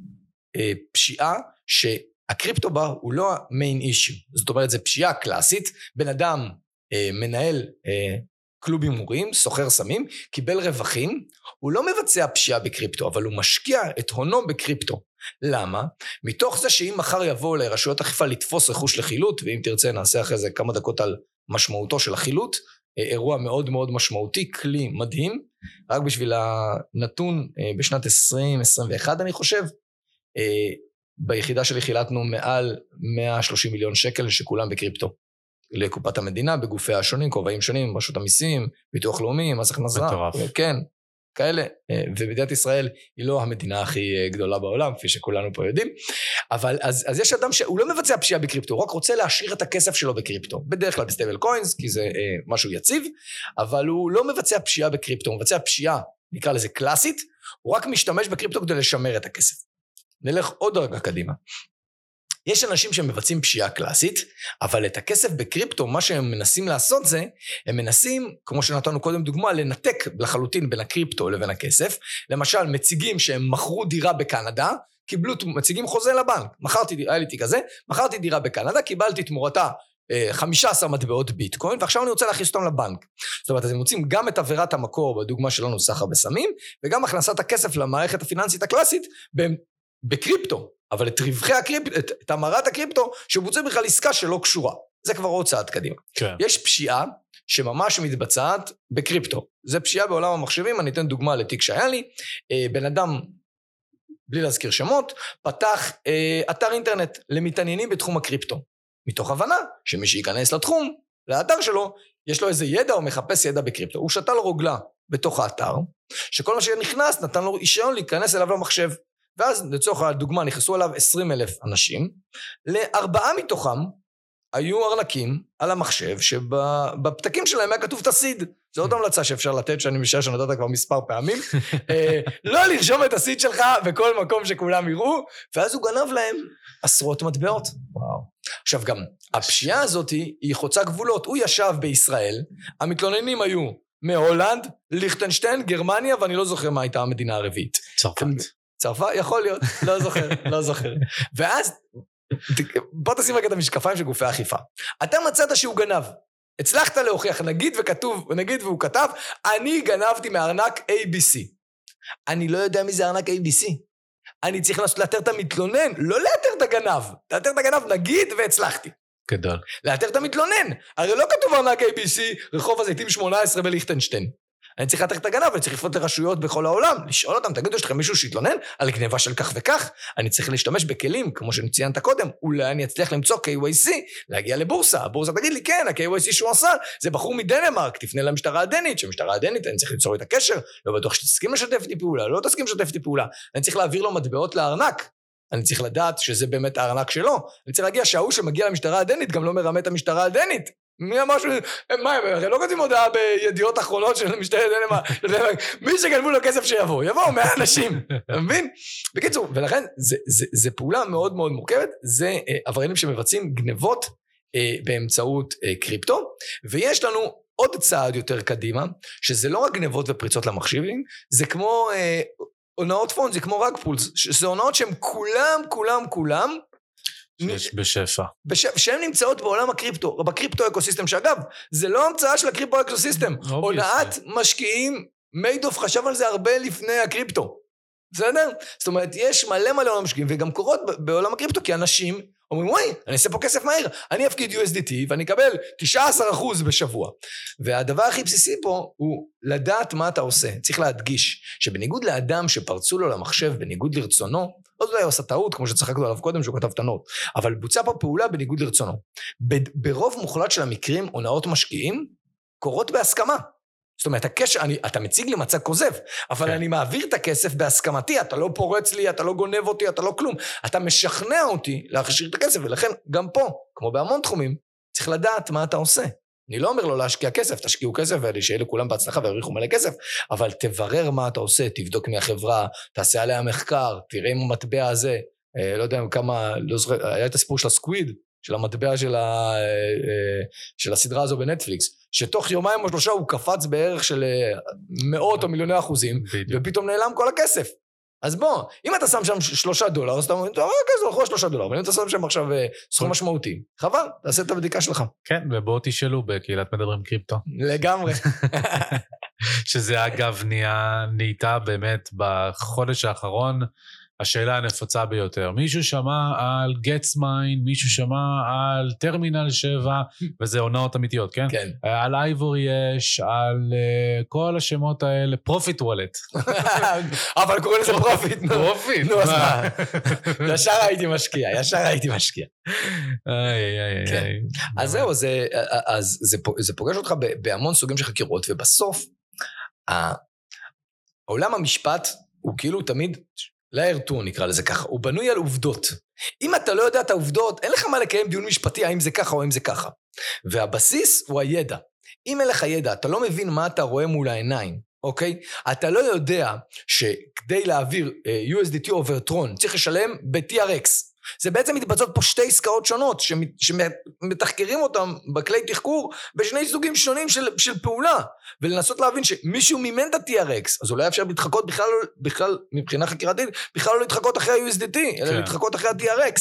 Speaker 2: פשיעה הקריפטו בה הוא לא המיין אישיו, זאת אומרת זה פשיעה קלאסית, בן אדם מנהל קלוב הימורים, סוחר סמים, קיבל רווחים, הוא לא מבצע פשיעה בקריפטו, אבל הוא משקיע את הונו בקריפטו. למה? מתוך זה שאם מחר יבוא לרשויות אכיפה לתפוס רכוש לחילוט, ואם תרצה נעשה אחרי זה כמה דקות על משמעותו של החילוט, אירוע מאוד מאוד משמעותי, כלי מדהים, רק בשביל הנתון בשנת 2021 אני חושב, ביחידה שלי חילטנו מעל 130 מיליון שקל שכולם בקריפטו. לקופת המדינה, בגופי השונים, כובעים שונים, רשות המיסים, ביטוח לאומי, מס הכנסה.
Speaker 1: מטורף.
Speaker 2: כן, כאלה. ומדינת ישראל היא לא המדינה הכי גדולה בעולם, כפי שכולנו פה יודעים. אבל אז יש אדם שהוא לא מבצע פשיעה בקריפטו, הוא רק רוצה להשאיר את הכסף שלו בקריפטו. בדרך כלל בסטייבל קוינס, כי זה משהו יציב, אבל הוא לא מבצע פשיעה בקריפטו, הוא מבצע פשיעה, נקרא לזה קלאסית, הוא רק משתמש בקריפטו כדי לשמר את הכסף. נלך עוד רגע קדימה. יש אנשים שמבצעים פשיעה קלאסית, אבל את הכסף בקריפטו, מה שהם מנסים לעשות זה, הם מנסים, כמו שנתנו קודם דוגמה, לנתק לחלוטין בין הקריפטו לבין הכסף. למשל, מציגים שהם מכרו דירה בקנדה, מציגים חוזה לבנק, היה לי תיק כזה, מכרתי דירה בקנדה, קיבלתי תמורתה 15 מטבעות ביטקוין, ועכשיו אני רוצה להכניס אותם לבנק. זאת אומרת, אז הם מוצאים גם את עבירת המקור, בדוגמה שלנו סחר בסמים, וגם הכנסת הכסף למערכת הפיננסית הקלאסית, בקריפטו, אבל את רווחי הקריפטו, את המרת הקריפטו, שבוצע בכלל עסקה שלא קשורה. זה כבר עוד צעד קדימה.
Speaker 1: כן.
Speaker 2: יש פשיעה שממש מתבצעת בקריפטו. זה פשיעה בעולם המחשבים, אני אתן דוגמה לתיק שהיה לי, בן אדם, בלי להזכיר שמות, פתח אתר אינטרנט למתעניינים בתחום הקריפטו. מתוך הבנה שמי שייכנס לתחום, לאתר שלו, יש לו איזה ידע או מחפש ידע בקריפטו. הוא שתה לו רוגלה בתוך האתר, שכל מה שנכנס נתן לו אישון להיכנס אליו למחשב. ואז לצורך הדוגמה נכנסו עליו 20,000 אנשים, לארבעה מתוכם היו ארנקים על המחשב, שבפתקים שלהם היה כתוב תסיד. זו עוד המלצה שאפשר לתת, שאני משער שנתת כבר מספר פעמים, לא לרשום את הסיד שלך בכל מקום שכולם יראו, ואז הוא גנב להם עשרות מטבעות. וואו. עכשיו גם, הפשיעה הזאת היא חוצה גבולות, הוא ישב בישראל, המתלוננים היו מהולנד, ליכטנשטיין, גרמניה, ואני לא זוכר מה הייתה המדינה הרביעית. צרפת, יכול להיות, לא זוכר. ואז, בוא תשים רגע את המשקפיים של גופי האכיפה. אתה מצאת שהוא גנב, הצלחת להוכיח, נגיד והוא כתב, אני גנבתי מארנק ABC. אני לא יודע מי זה ארנק ABC. אני צריך לאתר את המתלונן, לא לאתר את הגנב. לאתר את הגנב, נגיד והצלחתי.
Speaker 1: גדול.
Speaker 2: לאתר את המתלונן. הרי לא כתוב ארנק ABC, רחוב הזיתים 18 בליכטנשטיין. אני צריך לתת את הגנב, אני צריך לפנות לרשויות בכל העולם, לשאול אותם, תגידו, יש לכם מישהו שהתלונן על גניבה של כך וכך, אני צריך להשתמש בכלים, כמו שציינת קודם, אולי אני אצליח למצוא KYC, להגיע לבורסה, הבורסה תגיד לי, כן, ה-KYC שהוא עשה, זה בחור מדנמרק, תפנה למשטרה הדנית, שהמשטרה הדנית, אני צריך ליצור את הקשר, לא בטוח שתסכים לשתף איתי פעולה, לא תסכים לשתף איתי פעולה, אני צריך להעביר לו מטבעות לארנק, אני צריך לדעת שזה באמת הארנק שלו, אני צריך להגיע שההוא שמגיע למשטרה הדנית, גם לא מרמה את המשטרה הדנית. מי אמר שהוא, מה, הרי לא כותבים הודעה בידיעות אחרונות של משטרת דנמרק, מי שגנבו לו כסף שיבואו 100 אנשים, אתה מבין? בקיצור, ולכן זה פעולה מאוד מאוד מורכבת, זה עבריינים שמבצעים גנבות באמצעות קריפטו, ויש לנו עוד צעד יותר קדימה, שזה לא רק גנבות ופריצות למחשבים, זה כמו הונאות פון, זה כמו רג פולס, זה הונאות שהן כולם,
Speaker 1: שיש בשפע.
Speaker 2: שהן נמצאות בעולם הקריפטו, או בקריפטו אקוסיסטם, שאגב, זה לא המצאה של הקריפטו אקוסיסטם, הונאת משקיעים, מיידוף חשב על זה הרבה לפני הקריפטו, בסדר? זאת אומרת, יש מלא עולם משקיעים, וגם קורות בעולם הקריפטו, כי אנשים אומרים, וואי, אני אעשה פה כסף מהר, אני אפקיד USDT ואני אקבל 19% בשבוע. והדבר הכי בסיסי פה הוא לדעת מה אתה עושה. צריך להדגיש שבניגוד לאדם שפרצו לו למחשב בניגוד לרצונו, לא יודע, הוא עשה טעות, כמו שצחקנו עליו קודם, שהוא כתב תנות, אבל בוצע פה פעולה בניגוד לרצונו. ברוב מוחלט של המקרים, הונאות משקיעים, קורות בהסכמה. זאת אומרת, אתה מציג לי מצג כוזב, אבל אני מעביר את הכסף בהסכמתי, אתה לא פורץ לי, אתה לא גונב אותי, אתה לא כלום. אתה משכנע אותי להכשיר את הכסף, ולכן גם פה, כמו בהמון תחומים, צריך לדעת מה אתה עושה. אני לא אומר לו להשקיע כסף, תשקיעו כסף, ושיהיה לכולם בהצלחה ויריחו מלא כסף, אבל תברר מה אתה עושה, תבדוק מהחברה, תעשה עליה מחקר, תראה אם המטבע הזה, לא יודע כמה, לא זוכר, היה את הסיפור של הסקוויד, של המטבע של הסדרה הזו בנטפליקס, שתוך יומיים או שלושה הוא קפץ בערך של מאות או מיליוני אחוזים, ופתאום נעלם כל הכסף. אז בוא, אם אתה שם שם $3, אז אתה אומר, אוקיי, זה הולכו $3, אבל אם אתה שם שם עכשיו סכום משמעותי, חבל, תעשה את הבדיקה שלך.
Speaker 1: כן, ובואו תשאלו בקהילת מדברים קריפטו.
Speaker 2: לגמרי.
Speaker 1: שזה אגב נהייתה באמת בחודש האחרון, השאלה הנפוצה ביותר. מישהו שמע על גטסמיין, מישהו שמע על טרמינל 7, וזה הונאות אמיתיות, כן?
Speaker 2: כן.
Speaker 1: על אייבורי יש, על כל השמות האלה, פרופיט וולט.
Speaker 2: אבל קוראים לזה פרופיט.
Speaker 1: פרופיט.
Speaker 2: נו, אז מה? ישר הייתי משקיע. אז זהו, זה פוגש אותך בהמון סוגים של חקירות, ובסוף, עולם המשפט הוא כאילו תמיד לארטור נקרא לזה ככה, הוא בנוי על עובדות. אם אתה לא יודע את העובדות, אין לך מה לקיים דיון משפטי, האם זה ככה או האם זה ככה. והבסיס הוא הידע. אם אין לך ידע, אתה לא מבין מה אתה רואה מול העיניים, אוקיי? אתה לא יודע שכדי להעביר USDT over Tron, צריך לשלם ב-TRX. זה בעצם מתבצעות פה שתי עסקאות שונות, שמתחקרים אותם בכלי תחקור, בשני סוגים שונים של פעולה, ולנסות להבין שמישהו מימן את ה-TRX, אז אולי אפשר להתחקות בכלל מבחינה חקירתית, בכלל לא להתחקות אחרי ה-USDT, אלא להתחקות אחרי ה-TRX.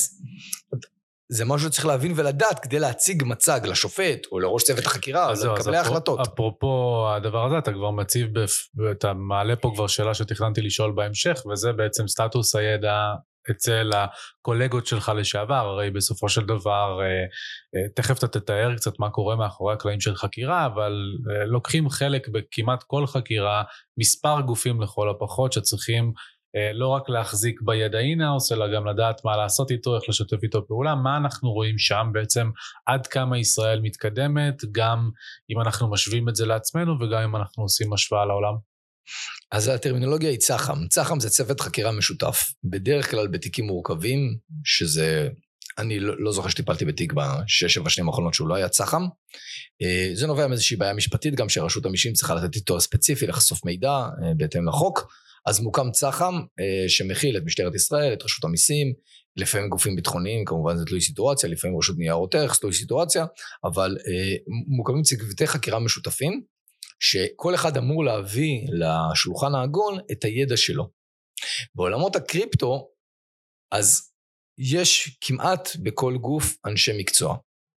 Speaker 2: זה משהו שצריך להבין ולדעת, כדי להציג מצג לשופט, או לראש צוות החקירה, או לקבלי ההחלטות.
Speaker 1: אפרופו הדבר הזה, אתה כבר מציב, אתה מעלה פה כבר שאלה שתכננתי לשאול בהמשך, וזה בעצם סטטוס הידע אצל הקולגות שלך לשעבר, הרי בסופו של דבר, תכף אתה תתאר קצת מה קורה מאחורי הקלעים של חקירה, אבל לוקחים חלק בכמעט כל חקירה, מספר גופים לכל הפחות, שצריכים לא רק להחזיק בידע אינהאוס, אלא גם לדעת מה לעשות איתו, איך לשתף איתו פעולה, מה אנחנו רואים שם בעצם, עד כמה ישראל מתקדמת, גם אם אנחנו משווים את זה לעצמנו, וגם אם אנחנו עושים השוואה לעולם.
Speaker 2: אז הטרמינולוגיה היא צח"ם. צח"ם זה צוות חקירה משותף. בדרך כלל בתיקים מורכבים, שזה, אני לא זוכר שטיפלתי בתיק ב6-7 שנים האחרונות שהוא לא היה צח"ם. זה נובע מאיזושהי בעיה משפטית, גם שרשות המיסים צריכה לתת איתו ספציפי לחשוף מידע בהתאם לחוק. אז מוקם צח"ם שמכיל את משטרת ישראל, את רשות המיסים, לפעמים גופים ביטחוניים, כמובן זה תלוי סיטואציה, לפעמים רשות ניירות ערך, תלוי סיטואציה, אבל מוקמים צוותי חקירה משותפים, שכל אחד אמור להביא לשולחן העגול את הידע שלו. בעולמות הקריפטו, אז יש כמעט בכל גוף אנשי מקצוע.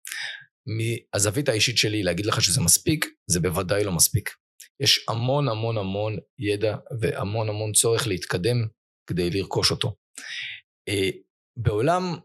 Speaker 2: מהזווית האישית שלי להגיד לך שזה מספיק, זה בוודאי לא מספיק. יש המון המון המון ידע והמון המון צורך להתקדם כדי לרכוש אותו. בעולם,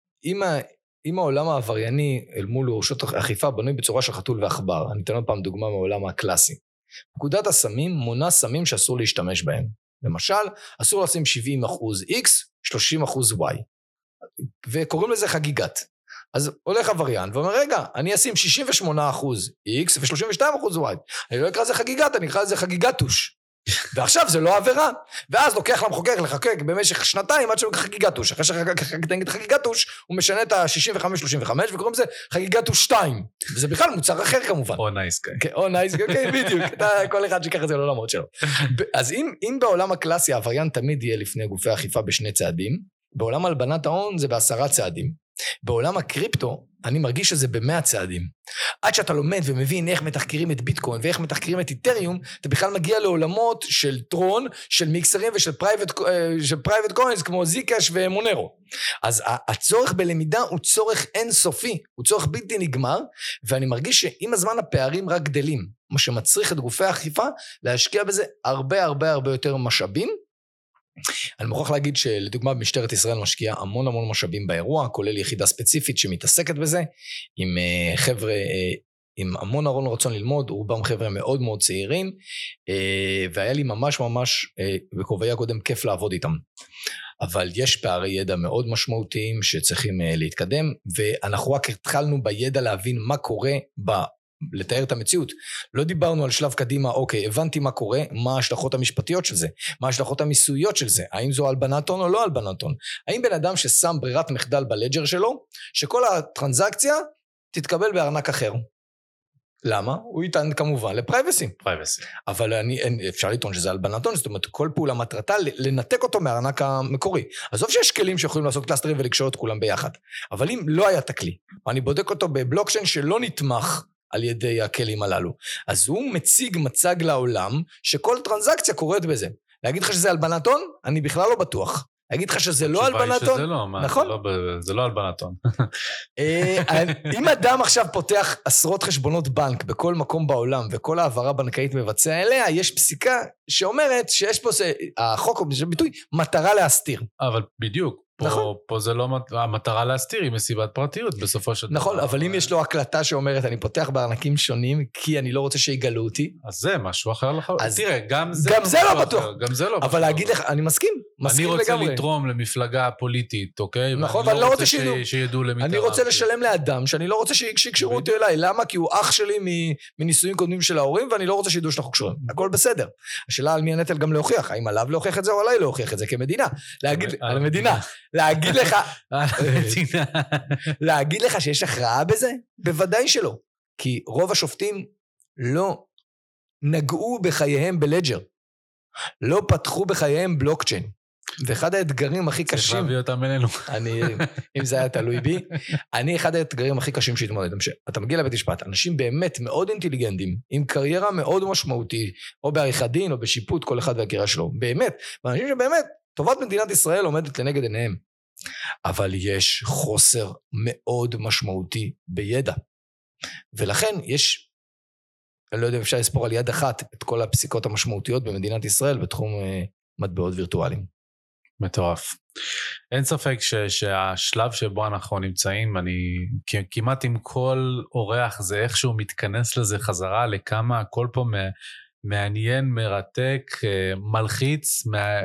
Speaker 2: אם העולם העברייני אל מול רשות האכיפה בנוי בצורה של חתול ועכבר, אני אתן עוד פעם דוגמה מהעולם הקלאסי. פקודת הסמים מונה סמים שאסור להשתמש בהם. למשל, אסור לשים 70% X, 30% Y. וקוראים לזה חגיגת. אז הולך עבריין ואומר, רגע, אני אשים 68% X ו-32% Y. אני לא אקרא לזה חגיגת, אני אקרא לזה חגיגתוש. ועכשיו זה לא עבירה. ואז לוקח למחוקק לחקק במשך שנתיים עד שהוא חגיגתוש. אחרי שתגיד חגיגתוש, הוא משנה את ה-65-35 וקוראים לזה חגיגתוש 2. וזה בכלל מוצר אחר כמובן.
Speaker 1: או נייס גאי.
Speaker 2: או נייס גאי, בדיוק. כל אחד שיקח את זה לעולמות שלו. אז אם בעולם הקלאסי העבריין תמיד יהיה לפני גופי האכיפה בשני צעדים, בעולם הלבנת ההון זה ב10 צעדים. בעולם הקריפטו, אני מרגיש שזה ב100 צעדים. עד שאתה לומד ומבין איך מתחקרים את ביטקוין ואיך מתחקרים את איתריום, אתה בכלל מגיע לעולמות של טרון, של מיקסרים ושל פרייבט קוינס כמו זיקש ומונרו. אז הצורך בלמידה הוא צורך אינסופי, הוא צורך בלתי נגמר, ואני מרגיש שעם הזמן הפערים רק גדלים, מה שמצריך את גופי האכיפה להשקיע בזה הרבה הרבה הרבה יותר משאבים, אני מוכרח להגיד שלדוגמה במשטרת ישראל משקיעה המון המון משאבים באירוע, כולל יחידה ספציפית שמתעסקת בזה, עם חבר'ה, עם המון המון רצון ללמוד, רובם חבר'ה מאוד מאוד צעירים, והיה לי ממש ממש בכובעי הקודם כיף לעבוד איתם. אבל יש פערי ידע מאוד משמעותיים שצריכים להתקדם, ואנחנו רק התחלנו בידע להבין מה קורה לתאר את המציאות. לא דיברנו על שלב קדימה, אוקיי, הבנתי מה קורה, מה ההשלכות המשפטיות של זה, מה ההשלכות המיסויות של זה, האם זו הלבנת הון או לא הלבנת הון, האם בן אדם ששם ברירת מחדל בלג'ר שלו, שכל הטרנזקציה תתקבל בארנק אחר. למה? הוא יטען כמובן לפרייבסי. אבל אפשר לטעון שזה הלבנת הון, זאת אומרת, כל פעולה מטרתה לנתק אותו מהארנק המקורי. עזוב שיש כלים שיכולים לעשות קלאסטרים ולקשור את כולם ביחד. אבל אם לא היה את הכלי, ואני בודק אותו בבלוקצ'יין שלא נתמך על ידי הכלים הללו, אז הוא מציג מצג לעולם שכל טרנזקציה קורית בזה. להגיד לך שזה הלבנת הון? אני בכלל לא בטוח. להגיד לך שזה לא הלבנת הון? נכון?
Speaker 1: זה לא הלבנת הון.
Speaker 2: אם אדם עכשיו פותח עשרות חשבונות בנק בכל מקום בעולם, וכל העברה בנקאית מבצע אליה, יש פסיקה שאומרת שיש פה, החוק הוא ביטוי, מטרה להסתיר.
Speaker 1: אבל בדיוק. פה זה לא המטרה להסתיר, היא מסיבת פרטיות בסופו של דבר.
Speaker 2: נכון, אבל אם יש לו הקלטה שאומרת, אני פותח בארנקים שונים, כי אני לא רוצה שיגלו אותי.
Speaker 1: אז זה משהו אחר לחלוטין. תראה, גם
Speaker 2: זה לא בטוח.
Speaker 1: גם זה לא בטוח.
Speaker 2: אבל להגיד לך, אני מסכים
Speaker 1: אני רוצה
Speaker 2: לגמרי.
Speaker 1: לתרום למפלגה פוליטית, אוקיי?
Speaker 2: נכון, ואני לא רוצה
Speaker 1: שידעו למי
Speaker 2: אני רוצה לשלם לאדם, שאני לא רוצה שיקשרו אותי אליי. למה? כי הוא אח שלי מניסויים קודמים של ההורים, ואני לא רוצה שידעו שאנחנו קשורים. הכל בסדר. השאלה על מי הנטל גם להוכיח. האם עליו להוכיח את זה או עליי להוכיח את זה כמדינה. על המדינה. להגיד לך שיש הכרעה בזה? בוודאי שלא. כי רוב השופטים לא נגעו בחייהם בלג'ר. לא פתחו בחייהם בלוקצ'יין. ואחד האתגרים הכי קשים...
Speaker 1: צריך להביא אותם אלינו.
Speaker 2: אם זה היה תלוי בי, אחד האתגרים הכי קשים שהתמודד. אתה מגיע לבית משפט, אנשים באמת מאוד אינטליגנטים, עם קריירה מאוד משמעותית, או בעריכת דין, או בשיפוט, כל אחד והקריירה שלו. באמת. ואנשים שבאמת, טובת מדינת ישראל עומדת לנגד עיניהם. אבל יש חוסר מאוד משמעותי בידע. ולכן יש, אני לא יודע אם אפשר לספור על יד אחת, את כל הפסיקות המשמעותיות במדינת ישראל, בתחום מטבעות וירטואליים.
Speaker 1: מטורף. אין ספק שהשלב שבו אנחנו נמצאים, אני כמעט עם כל אורח זה איכשהו מתכנס לזה חזרה, לכמה הכל פה מעניין, מרתק, מלחיץ,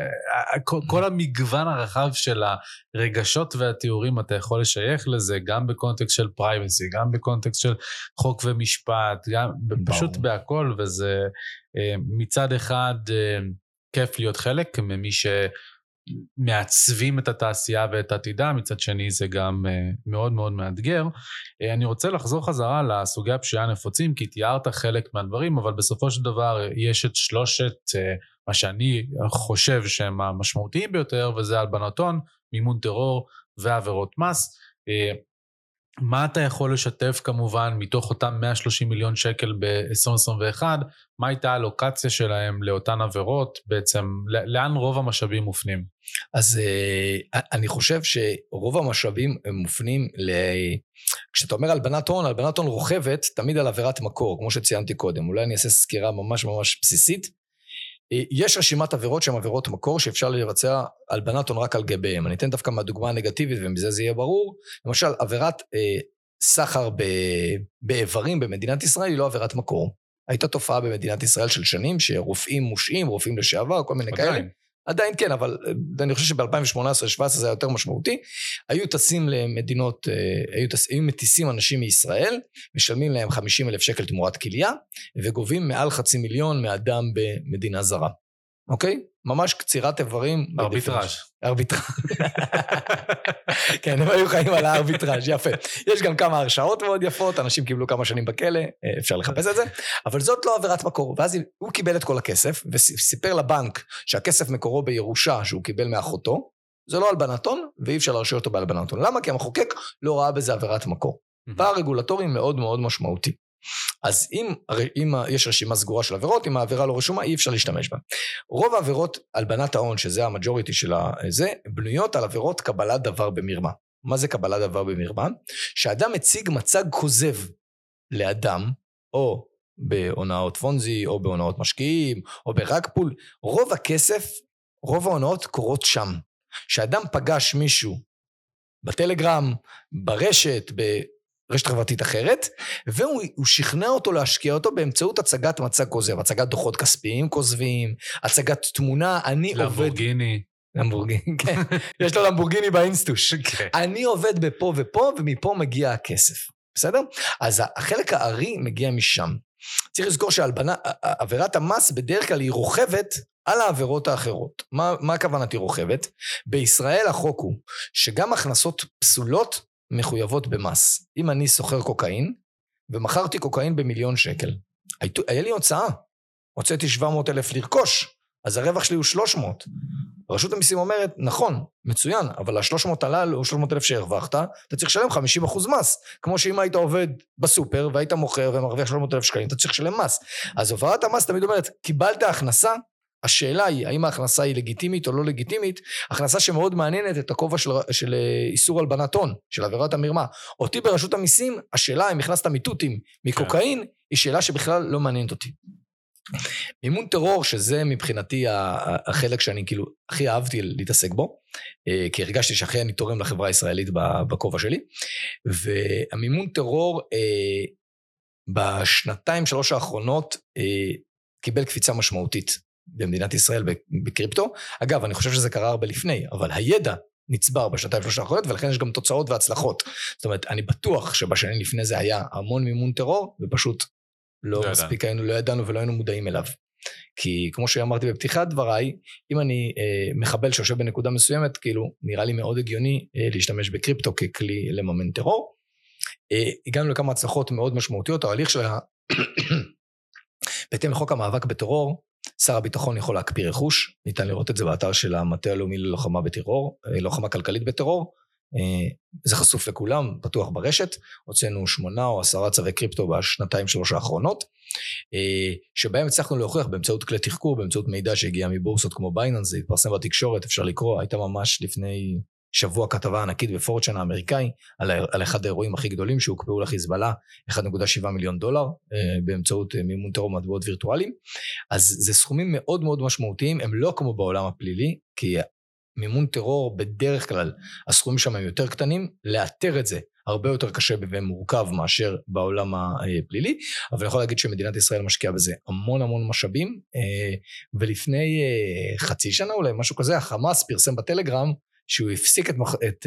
Speaker 1: כל המגוון הרחב של הרגשות והתיאורים, אתה יכול לשייך לזה, גם בקונטקסט של פרייבסי, גם בקונטקסט של חוק ומשפט, גם פשוט בהכל, וזה מצד אחד כיף להיות חלק ממי שמעצבים את התעשייה ואת עתידה, מצד שני זה גם מאוד מאוד מאתגר. אני רוצה לחזור חזרה לסוגי הפשיעה הנפוצים, כי תיארת חלק מהדברים, אבל בסופו של דבר יש את שלושת, מה שאני חושב שהם המשמעותיים ביותר, וזה הלבנת הון, מימון טרור ועבירות מס. מה אתה יכול לשתף כמובן מתוך אותם 130 מיליון שקל ב-2021, מה הייתה הלוקציה שלהם לאותן עבירות, בעצם לאן רוב המשאבים מופנים?
Speaker 2: אז אני חושב שרוב המשאבים מופנים כשאתה אומר הלבנת הון רוכבת תמיד על עבירת מקור, כמו שציינתי קודם, אולי אני אעשה סקירה ממש ממש בסיסית. יש רשימת עבירות שהן עבירות מקור שאפשר לבצע הלבנת הון רק על גביהם. אני אתן דווקא מהדוגמה הנגטיבית ומזה זה יהיה ברור. למשל, עבירת סחר באיברים במדינת ישראל היא לא עבירת מקור. הייתה תופעה במדינת ישראל של שנים שרופאים מושעים, רופאים לשעבר, כל מיני כאלה. עדיין כן, אבל אני חושב שב-2018-2017 זה היה יותר משמעותי. היו טסים למדינות, היו מטיסים אנשים מישראל, משלמים להם 50,000 שקל תמורת כליה, וגובים מעל 500,000 מאדם במדינה זרה. אוקיי? ממש קצירת איברים.
Speaker 1: ארביטראז'.
Speaker 2: ארביטראז'. כן, הם היו חיים על הארביטראז', יפה. יש גם כמה הרשאות מאוד יפות, אנשים קיבלו כמה שנים בכלא, אפשר לחפש את זה, אבל זאת לא עבירת מקור. ואז הוא קיבל את כל הכסף, וסיפר לבנק שהכסף מקורו בירושה שהוא קיבל מאחותו, זה לא הלבנת הון, ואי אפשר להרשיע אותו בהלבנת הון. למה? כי המחוקק לא ראה בזה עבירת מקור. פער רגולטורי מאוד מאוד משמעותי. אז אם יש רשימה סגורה של עבירות, אם העבירה לא רשומה, אי אפשר להשתמש בה. רוב העבירות הלבנת ההון, שזה המג'וריטי של זה, בנויות על עבירות קבלת דבר במרמה. מה זה קבלת דבר במרמה? שאדם מציג מצג כוזב לאדם, או בהונאות פונזי, או בהונאות משקיעים, או ברק פול. רוב הכסף רוב ההונאות קורות שם. שאדם פגש מישהו בטלגרם, ברשת, ברשת חברתית אחרת, והוא שכנע אותו להשקיע אותו באמצעות הצגת מצג כוזב, הצגת דוחות כספיים כוזבים, הצגת תמונה, אני עובד...
Speaker 1: למבורגיני.
Speaker 2: למבורגיני, כן. יש לו למבורגיני באינסטוש. אני עובד בפה ופה, ומפה מגיע הכסף. בסדר? אז החלק הארי מגיע משם. צריך לזכור שעבירת המס בדרך כלל היא רוכבת על העבירות האחרות. מה הכוונתי רוכבת? בישראל החוק הוא שגם הכנסות פסולות מחויבות במס. אם אני סוחר קוקאין, ומכרתי קוקאין ב1,000,000 שקל, היה לי הוצאה, הוצאתי 700,000 לרכוש, אז הרווח שלי הוא 300. רשות המיסים אומרת, נכון, מצוין, אבל ה-300 הללו, או 300,000 שהרווחת, אתה צריך לשלם 50% מס, כמו שאם היית עובד בסופר, והיית מוכר ומרוויח 300,000 שקלים, אתה צריך לשלם מס. אז הופעת המס תמיד אומרת, קיבלת הכנסה, השאלה היא, האם ההכנסה היא לגיטימית או לא לגיטימית, הכנסה שמאוד מעניינת את הכובע של איסור הלבנת הון, של עבירת המרמה. אותי ברשות המיסים, השאלה אם הכנסת מיטוטים מקוקאין, היא שאלה שבכלל לא מעניינת אותי. מימון טרור, שזה מבחינתי החלק שאני כאילו הכי אהבתי להתעסק בו, כי הרגשתי שאחרי אני תורם לחברה הישראלית בכובע שלי, והמימון טרור בשנתיים שלוש האחרונות קיבל קפיצה משמעותית במדינת ישראל בקריפטו. אגב, אני חושב שזה קרה הרבה לפני, אבל הידע נצבר בשנתיים שלוש האחרונות, ולכן יש גם תוצאות והצלחות. זאת אומרת, אני בטוח שבשנים לפני זה היה המון מימון טרור, ופשוט לא מספיק היינו, לא ידענו ולא היינו מודעים אליו. כי כמו שאמרתי בפתיחת דבריי, אם אני מחבל שיושב בנקודה מסוימת, כאילו נראה לי מאוד הגיוני להשתמש בקריפטו ככלי לממן טרור. הגענו לכמה הצלחות מאוד משמעותיות, ההליך של בהתאם לחוק המאבק בטרור, שר הביטחון יכול להקפיא רכוש, ניתן לראות את זה באתר של המטה הלאומי ללוחמה בטרור, לוחמה כלכלית בטרור, זה חשוף לכולם, פתוח ברשת, הוצאנו 8 או 10 צווי קריפטו בשנתיים שלוש האחרונות, שבהם הצלחנו להוכיח באמצעות כלי תחקור, באמצעות מידע שהגיע מבורסות כמו בייננס, זה התפרסם בתקשורת, אפשר לקרוא, הייתה ממש לפני שבוע כתבה ענקית בפורצ'ן האמריקאי, על אחד האירועים הכי גדולים שהוקפאו לחיזבאללה, $1.7 מיליון, באמצעות מימון טרור מטבעות וירטואליים. אז זה סכומים מאוד מאוד משמעותיים, הם לא כמו בעולם הפלילי, כי מימון טרור בדרך כלל, הסכומים שם הם יותר קטנים, לאתר את זה הרבה יותר קשה ומורכב מאשר בעולם הפלילי, אבל אני יכול להגיד שמדינת ישראל משקיעה בזה המון המון משאבים, ולפני חצי שנה אולי משהו כזה, החמאס פרסם בטלגרם, שהוא הפסיק את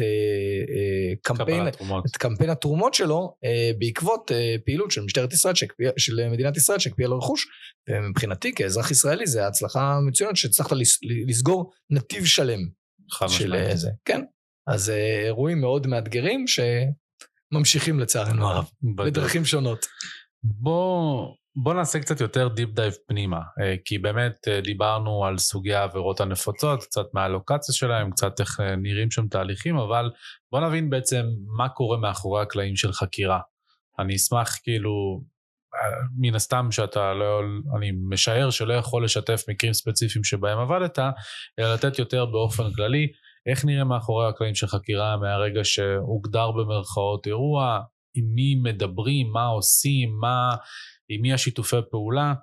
Speaker 2: קמפיין התרומות שלו, בעקבות פעילות של משטרת ישראל, של מדינת ישראל שהקפיאה לו רכוש, ומבחינתי כאזרח ישראלי זה הצלחה מצוינת, שהצלחת לסגור נתיב שלם של זה. כן, אז אירועים מאוד מאתגרים שממשיכים לצערנו הרב, בדרכים שונות.
Speaker 1: בוא נעשה קצת יותר דיפ דייב פנימה, כי באמת דיברנו על סוגי העבירות הנפוצות, קצת מהלוקציה שלהם, קצת איך נראים שם תהליכים, אבל בוא נבין בעצם מה קורה מאחורי הקלעים של חקירה. אני אשמח כאילו, מן הסתם שאתה לא, אני משער שלא יכול לשתף מקרים ספציפיים שבהם עבדת, אלא לתת יותר באופן כללי, איך נראה מאחורי הקלעים של חקירה מהרגע שהוגדר במרכאות אירוע, עם מי מדברים, מה עושים, עם מי השיתופי פעולה,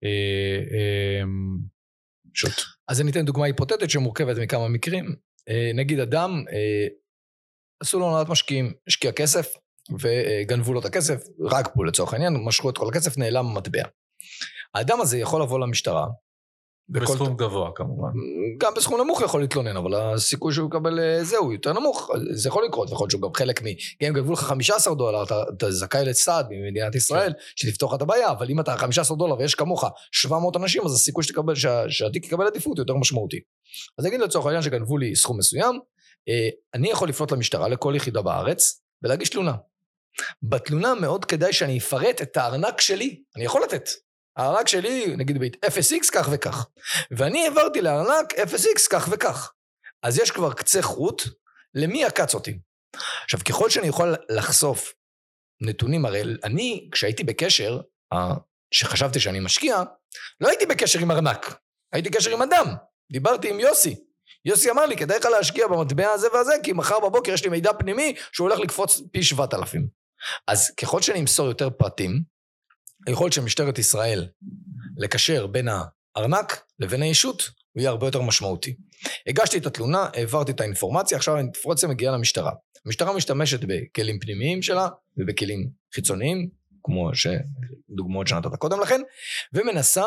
Speaker 1: פשוט.
Speaker 2: אז אני אתן דוגמה היפותטית שמורכבת מכמה מקרים. נגיד אדם, עשו לו הונאת משקיעים, השקיע כסף, וגנבו לו את הכסף, רק פה לצורך העניין, משכו את כל הכסף, נעלם המטבע. האדם הזה יכול לבוא למשטרה,
Speaker 1: בסכום גבוה כמובן.
Speaker 2: גם בסכום נמוך יכול להתלונן, אבל הסיכוי שהוא יקבל זהו יותר נמוך, זה יכול לקרות, ויכול להיות שהוא גם חלק גם גנבו לך $15, אתה זכאי לסעד ממדינת ישראל, שתפתוח את הבעיה, אבל אם אתה $15 ויש כמוך 700 אנשים, אז הסיכוי שהתיק יקבל עדיפות יותר משמעותי. אז נגיד לצורך העניין שגנבו לי סכום מסוים, אני יכול לפנות למשטרה לכל יחידה בארץ, ולהגיש תלונה. בתלונה מאוד כדאי שאני אפרט את הארנק שלי, אני יכול לתת. הארנק שלי, נגיד בית 0x כך וכך, ואני העברתי לארנק 0x כך וכך. אז יש כבר קצה חוט, למי עקץ אותי. עכשיו, ככל שאני יכול לחשוף נתונים, הרי אני, כשהייתי בקשר, שחשבתי שאני משקיע, לא הייתי בקשר עם ארנק, הייתי בקשר עם אדם, דיברתי עם יוסי. יוסי אמר לי, כדאי לך להשקיע במטבע הזה והזה, כי מחר בבוקר יש לי מידע פנימי, שהוא הולך לקפוץ פי 7,000. אז ככל שאני אמסור יותר פרטים, יכול שמשטרת ישראל לקשר בין הארנק לבין הישות, הוא יהיה הרבה יותר משמעותי. הגשתי את התלונה, העברתי את האינפורמציה, עכשיו האינפורמציה מגיעה למשטרה. המשטרה משתמשת בכלים פנימיים שלה, ובכלים חיצוניים, כמו שדוגמאות שנתת קודם לכן, ומנסה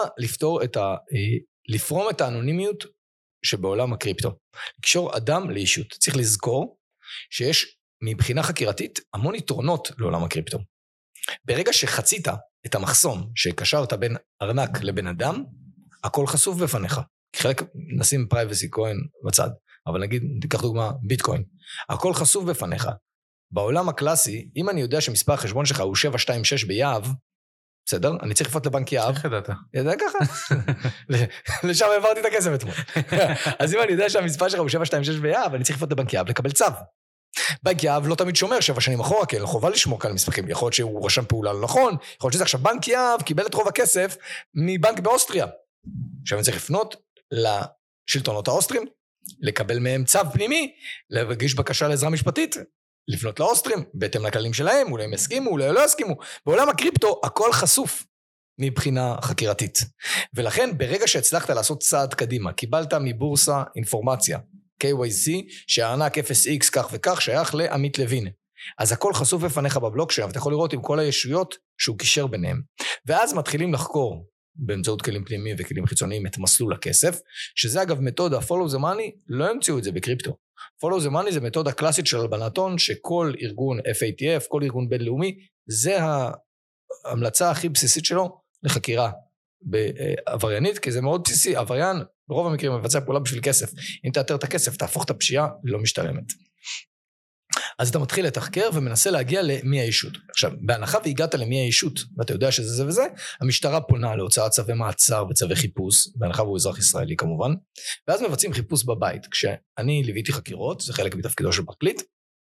Speaker 2: לפרום את האנונימיות שבעולם הקריפטו. לקשור אדם לאישות. צריך לזכור שיש מבחינה חקירתית המון יתרונות לעולם הקריפטו. ברגע שחצית את המחסום שקשרת בין ארנק לבן אדם, הכל חשוף בפניך. חלק נשים פרייבסי קוין בצד, אבל נגיד, תיקח דוגמה, ביטקוין. הכל חשוף בפניך. בעולם הקלאסי, אם אני יודע שמספר החשבון שלך הוא 726 ביעב, בסדר? אני צריך לפנות לבנק יעב.
Speaker 1: איך ידעת?
Speaker 2: ידע ככה. לשם העברתי את הכסף אתמול. אז אם אני יודע שהמספר שלך הוא 726 ביעב, אני צריך לפנות לבנק יעב לקבל צו. בנק יעב לא תמיד שומר 7 שנים אחורה, כי אין לו חובה לשמור כאן מסמכים. יכול להיות שהוא רשם פעולה לא נכון, יכול להיות שזה עכשיו בנק יעב קיבל את רוב הכסף מבנק באוסטריה. עכשיו אני צריך לפנות לשלטונות האוסטרים, לקבל מהם צו פנימי, להגיש בקשה לעזרה משפטית, לפנות לאוסטרים, בהתאם לכללים שלהם, אולי הם הסכימו, אולי לא הסכימו. בעולם הקריפטו הכל חשוף מבחינה חקירתית. ולכן ברגע שהצלחת לעשות צעד קדימה, קיבלת מבורסה אינפורמציה, KYC, שהארנק 0x כך וכך שייך לעמית לוין. אז הכל חשוף בפניך בבלוקצ'יין, ואתה יכול לראות עם כל הישויות שהוא קישר ביניהם. ואז מתחילים לחקור באמצעות כלים פנימיים וכלים חיצוניים את מסלול הכסף, שזה אגב מתודה follow the money, לא המציאו את זה בקריפטו. follow the money זה מתודה קלאסית של הלבנת הון, שכל ארגון FATF, כל ארגון בינלאומי, זה ההמלצה הכי בסיסית שלו לחקירה בעבריינית, כי זה מאוד בסיסי, עבריין ברוב המקרים מבצע פעולה בשביל כסף. אם תאתר את הכסף, תהפוך את הפשיעה, לא משתלמת. אז אתה מתחיל לתחקר ומנסה להגיע למי האישות. עכשיו, בהנחה והגעת למי האישות, ואתה יודע שזה זה וזה, המשטרה פונה להוצאת צווי מעצר וצווי חיפוש, בהנחה והוא אזרח ישראלי כמובן, ואז מבצעים חיפוש בבית. כשאני ליוויתי חקירות, זה חלק מתפקידו של פרקליט,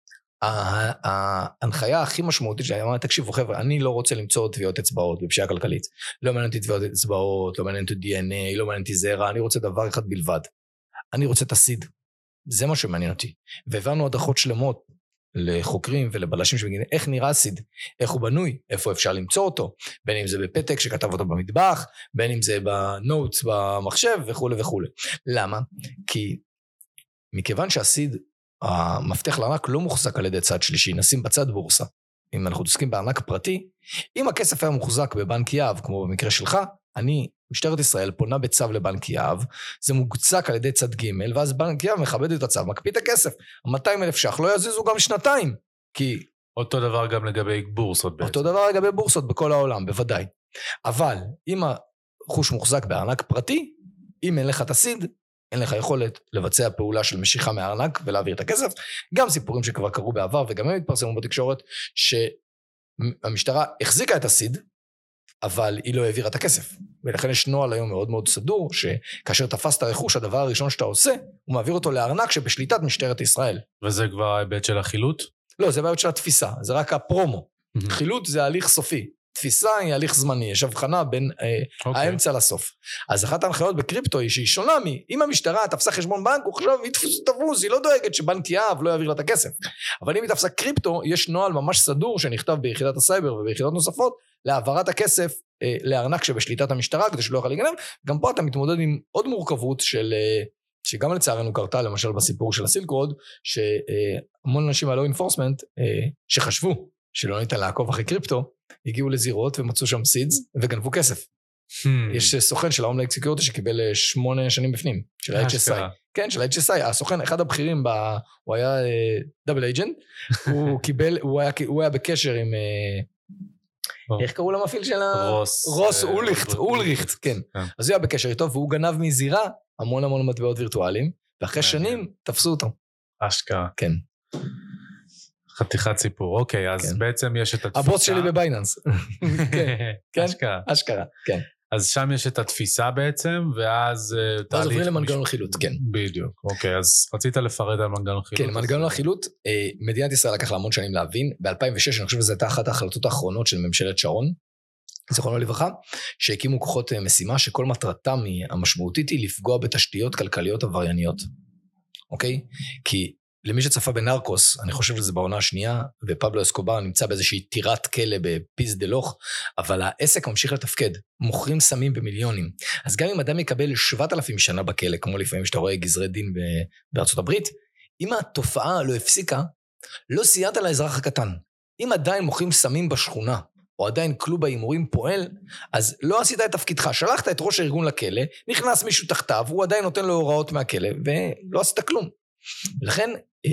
Speaker 2: ההנחיה הכי משמעותית שאני אמרתי, תקשיבו חבר'ה, אני לא רוצה למצוא טביעות אצבעות בפשיעה כלכלית. לא מעניין אותי טביעות אצבעות, לא מעניין אותי DNA, לא מעניין אותי זרע, אני רוצה דבר אחד בלבד. אני רוצה את הסיד. זה מה שמעניין אותי. והבאנו הדרכות שלמות לחוקרים ולבלשים שמגיעים, איך נראה הסיד, איך הוא בנוי, איפה אפשר למצוא אותו, בין אם זה בפתק שכתב אותו במטבח, בין אם זה בנוטס במחשב וכו' וכו'. למה? כי מכיוון שהסיד, המפתח לארנק לא מוחזק על ידי צד שלישי, נשים בצד בורסה. אם אנחנו עוסקים בארנק פרטי, אם הכסף היה מוחזק בבנק יעב, כמו במקרה שלך, משטרת ישראל פונה בצו לבנק יעב, זה מוגצק על ידי צד ג' ואז בנק יעב מכבד את הצו, מקפיא את הכסף. 200,000 ש"ח לא יזיזו גם שנתיים, כי...
Speaker 1: אותו דבר גם לגבי בורסות בעצם.
Speaker 2: אותו דבר לגבי בורסות בכל העולם, בוודאי. אבל אם החוש מוחזק בארנק פרטי, אם אין לך את הסיד, אין לך יכולת לבצע פעולה של משיכה מהארנק ולהעביר את הכסף. גם סיפורים שכבר קרו בעבר וגם הם התפרסמו בתקשורת, שהמשטרה החזיקה את הסיד, אבל היא לא העבירה את הכסף. ולכן יש נוהל היום מאוד מאוד סדור, שכאשר תפסת רכוש, הדבר הראשון שאתה עושה, הוא מעביר אותו לארנק שבשליטת משטרת ישראל.
Speaker 1: וזה כבר ההיבט של החילוט?
Speaker 2: לא, זה ההיבט של התפיסה, זה רק הפרומו. חילוט זה הליך סופי. תפיסה היא הליך זמני, יש הבחנה בין האמצע לסוף. אז אחת ההנחיות בקריפטו היא שהיא שונה אם המשטרה תפסה חשבון בנק, הוא חשב, היא תפוס, היא לא דואגת שבנק יעב לא יעביר לה את הכסף. אבל אם היא תפסה קריפטו, יש נוהל ממש סדור שנכתב ביחידת הסייבר וביחידות נוספות, להעברת הכסף לארנק שבשליטת המשטרה, כדי שלא יוכל להיגנב. גם פה אתה מתמודד עם עוד מורכבות שגם לצערנו קרתה, למשל בסיפור של הסילק רוד, שהמון אנשים הלא אינפורסמנט, שחשבו שלא ניתן לעקוב אחרי קריפטו, הגיעו לזירות ומצאו שם סידס וגנבו כסף. יש סוכן של ההומלנד סקיוריטי שקיבל 8 שנים בפנים, של ה-HSI. כן, של ה-HSI. הסוכן, אחד הבכירים, הוא היה דאבל אייג'נט, הוא היה בקשר עם... איך קראו למפעיל של רוס אולריכט, כן. אז הוא היה בקשר איתו, והוא גנב מזירה המון המון מטבעות וירטואליים, ואחרי שנים תפסו אותו.
Speaker 1: אשכרה.
Speaker 2: כן.
Speaker 1: חתיכת סיפור, אוקיי, אז בעצם יש את התפיסה.
Speaker 2: הבוס שלי בבייננס. כן, אשכרה, כן.
Speaker 1: אז שם יש את התפיסה בעצם, ואז
Speaker 2: עוברים למנגנון חילוט, כן.
Speaker 1: בדיוק, אוקיי, אז רצית לפרט על מנגנון חילוט.
Speaker 2: כן, מנגנון החילוט, מדינת ישראל לקח לה המון שנים להבין, ב-2006, אני חושב שזו הייתה אחת ההחלטות האחרונות של ממשלת שרון, זיכרונו לברכה, שהקימו כוחות משימה, שכל מטרתם המשמעותית היא לפגוע בתשתיות כלכליות עברייניות. אוקיי? כי למי שצפה בנרקוס, אני חושב שזה בעונה השנייה, ופבלו אסקובר נמצא באיזושהי טירת כלא בפיס דה לוך, אבל העסק ממשיך לתפקד, מוכרים סמים במיליונים. אז גם אם אדם יקבל 7,000 שנה בכלא, כמו לפעמים שאתה רואה גזרי דין בארצות הברית, אם התופעה לא הפסיקה, לא סייעת לאזרח הקטן. אם עדיין מוכרים סמים בשכונה, או עדיין קלוב ההימורים פועל, אז לא עשית את תפקידך, שלחת את ראש הארגון לכלא, נכנס מישהו תחתיו, הוא עדיין נותן לו הוראות מהכלא, ולא עשית כלום. ולכן,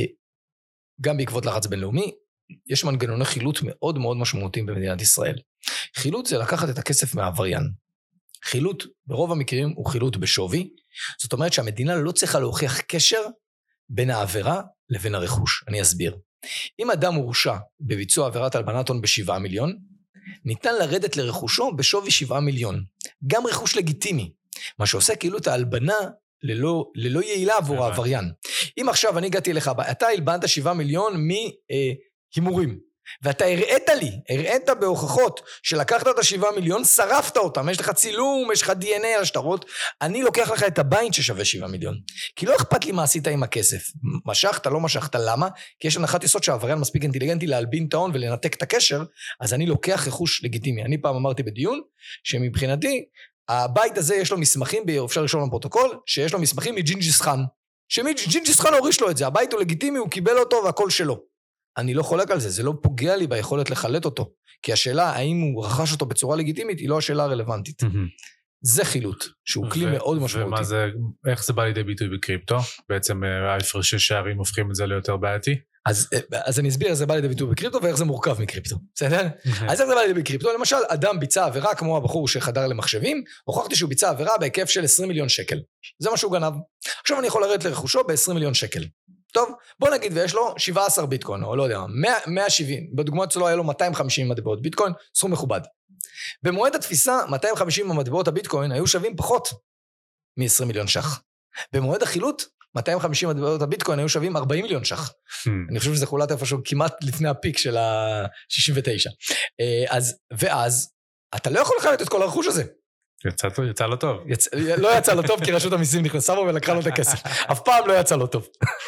Speaker 2: גם בעקבות לחץ בינלאומי, יש מנגנוני חילוט מאוד מאוד משמעותיים במדינת ישראל. חילוט זה לקחת את הכסף מהעבריין. חילוט, ברוב המקרים, הוא חילוט בשווי, זאת אומרת שהמדינה לא צריכה להוכיח קשר בין העבירה לבין הרכוש. אני אסביר. אם אדם הורשע בביצוע עבירת הלבנת הון ב7 מיליון, ניתן לרדת לרכושו בשווי 7 מיליון. גם רכוש לגיטימי, מה שעושה כאילו את ההלבנה ללא יעילה עבור העבריין. אם עכשיו אני הגעתי לך, אתה הלבנת 7 מיליון מהימורים, ואתה הראית בהוכחות שלקחת את 7 מיליון, שרפת אותם, יש לך צילום, יש לך DNA על השטרות, אני לוקח לך את הבית ששווה 7 מיליון. כי לא אכפת לי מה עשית עם הכסף. משכת, לא משכת, למה? כי יש הנחת יסוד שהעבריין מספיק אינטליגנטי להלבין את ההון ולנתק את הקשר, אז אני לוקח רכוש לגיטימי. אני פעם אמרתי בדיון, שמבחינתי, הבית הזה יש לו מסמכים, אפשר לשאול לפרוטוקול, שיש לו מסמכים מג'ינג'יס חאן. שג'ינג'יס חאן הוריש לו את זה, הבית הוא לגיטימי, הוא קיבל אותו והכל שלו. אני לא חולק על זה, זה לא פוגע לי ביכולת לחלט אותו, כי השאלה האם הוא רכש אותו בצורה לגיטימית, היא לא השאלה הרלוונטית. זה חילוט, שהוא כלי מאוד משמעותי.
Speaker 1: ומה זה, איך זה בא לידי ביטוי בקריפטו? בעצם ההפרשי שערים הופכים את זה ליותר בעייתי?
Speaker 2: אז אני אסביר איך זה בא לידי ביטוי בקריפטו, ואיך זה מורכב מקריפטו, בסדר? אז איך זה בא לידי בקריפטו? למשל, אדם ביצע עבירה כמו הבחור שחדר למחשבים, הוכחתי שהוא ביצע עבירה בהיקף של 20 מיליון שקל. זה מה שהוא גנב. עכשיו אני יכול לרדת לרכושו ב-20 מיליון שקל. טוב, בוא נגיד ויש לו 17 ביטקוין, או לא יודע, 170, בדוגמאות שלו היה לו 250 מטבעות ביטקוין, סכום מכובד. במועד התפיסה, 250 מטבעות הביטקוין היו שווים פחות מ-20 מיליון שח. במועד החילוט, 250 מטבעות הביטקוין היו שווים 40 מיליון שח. אני חושב שזה חולט איפשהו כמעט לפני הפיק של ה-69. ואז, אתה לא יכול לחלט את כל הרכוש הזה.
Speaker 1: יצא לו טוב.
Speaker 2: לא יצא לו טוב, כי רשות המיסים נכנסה בו ולקחה לו את הכסף. אף פעם לא יצא לו טוב.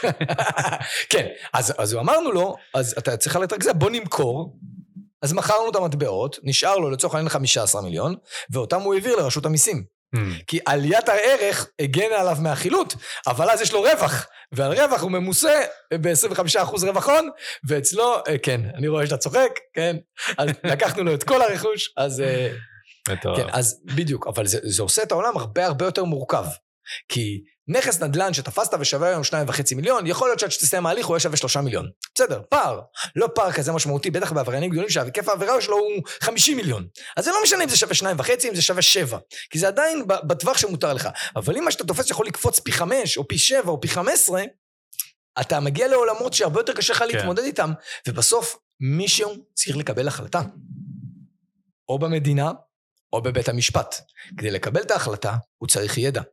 Speaker 2: כן, אז אמרנו לו, אז אתה צריך לתרק זה, בוא נמכור, אז מכרנו את המטבעות, נשאר לו לצורך העניין 15 מיליון, ואותם הוא העביר לרשות המיסים. כי עליית הערך הגנה עליו מהחילוט, אבל אז יש לו רווח, ועל רווח הוא ממוסה ב-25% רווח הון, ואצלו, כן, אני רואה שאתה צוחק, כן, אז לקחנו לו את כל הרכוש, אז... כן, אז בדיוק, אבל זה עושה את העולם הרבה הרבה יותר מורכב, כי נכס נדל"ן שתפסת ושווה היום 2.5 מיליון, יכול להיות שעד שתסיים ההליך הוא יהיה שווה 3 מיליון. בסדר, פער, לא פער כזה משמעותי, בטח בעבריינים גדולים שהיקף העבירה שלו הוא 50 מיליון. אז זה לא משנה אם זה שווה 2.5, אם זה שווה 7, כי זה עדיין בטווח שמותר לך. אבל אם מה שאתה תופס יכול לקפוץ פי 5, או פי 7, או פי 15, אתה מגיע לעולמות שהרבה יותר קשה לך להתמודד איתם, ובסוף מישהו צריך לקבל החלטה. או במדינה, או בבית המשפט. כדי לקבל את ההחלטה, הוא צריך ידע.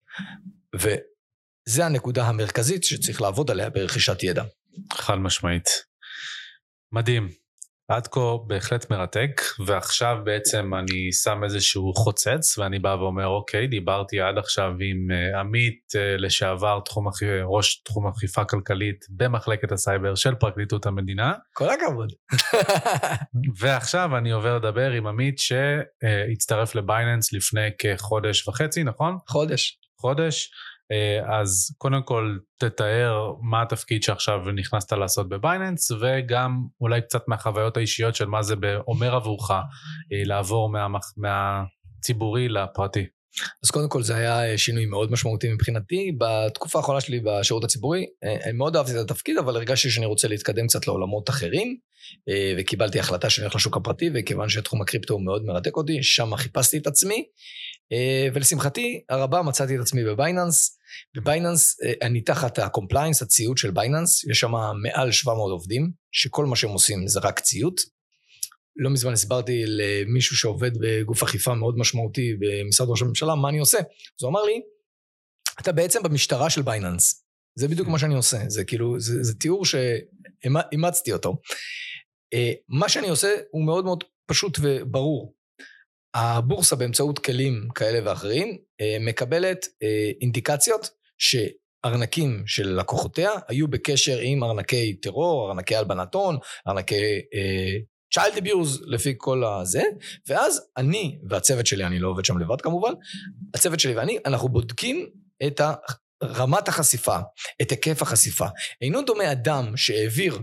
Speaker 2: וזה הנקודה המרכזית שצריך לעבוד עליה ברכישת ידע.
Speaker 1: חד משמעית. מדהים. עד כה בהחלט מרתק, ועכשיו בעצם אני שם איזשהו חוצץ, ואני בא ואומר, אוקיי, דיברתי עד עכשיו עם עמית לשעבר, ראש תחום אכיפה כלכלית במחלקת הסייבר של פרקליטות המדינה.
Speaker 2: כל הכבוד.
Speaker 1: ועכשיו אני עובר לדבר עם עמית שהצטרף לבייננס לפני כחודש וחצי, נכון? חודש. אז קודם כל תתאר מה התפקיד שעכשיו נכנסת לעשות בבייננס, וגם אולי קצת מהחוויות האישיות של מה זה אומר עבורך לעבור מהציבורי לפרטי.
Speaker 2: אז קודם כל זה היה שינוי מאוד משמעותי מבחינתי, בתקופה האחרונה שלי בשירות הציבורי, אני מאוד אהבתי את התפקיד, אבל הרגשתי שאני רוצה להתקדם קצת לעולמות אחרים, וקיבלתי החלטה שאני הולך לשוק הפרטי, וכיוון שתחום הקריפטו הוא מאוד מרתק אותי, שם חיפשתי את עצמי, ולשמחתי הרבה מצאתי את עצמי בבייננס. בבייננס אני תחת הקומפליינס, הציות של בייננס, יש שם מעל 700 עובדים, שכל מה שהם עושים זה רק ציות. לא מזמן הסברתי למישהו שעובד בגוף אכיפה מאוד משמעותי במשרד ראש הממשלה, מה אני עושה? אז הוא אמר לי, אתה בעצם במשטרה של בייננס. זה בדיוק מה שאני עושה, זה כאילו, זה תיאור שאימצתי אותו. מה שאני עושה הוא מאוד מאוד פשוט וברור. הבורסה באמצעות כלים כאלה ואחרים מקבלת אינדיקציות ארנקים של לקוחותיה היו בקשר עם ארנקי טרור, ארנקי הלבנת הון, ארנקי child abuse, לפי כל הזה, ואז אני והצוות שלי, אני לא עובד שם לבד כמובן, הצוות שלי ואני, אנחנו בודקים את רמת החשיפה, את היקף החשיפה. אינו דומה אדם שהעביר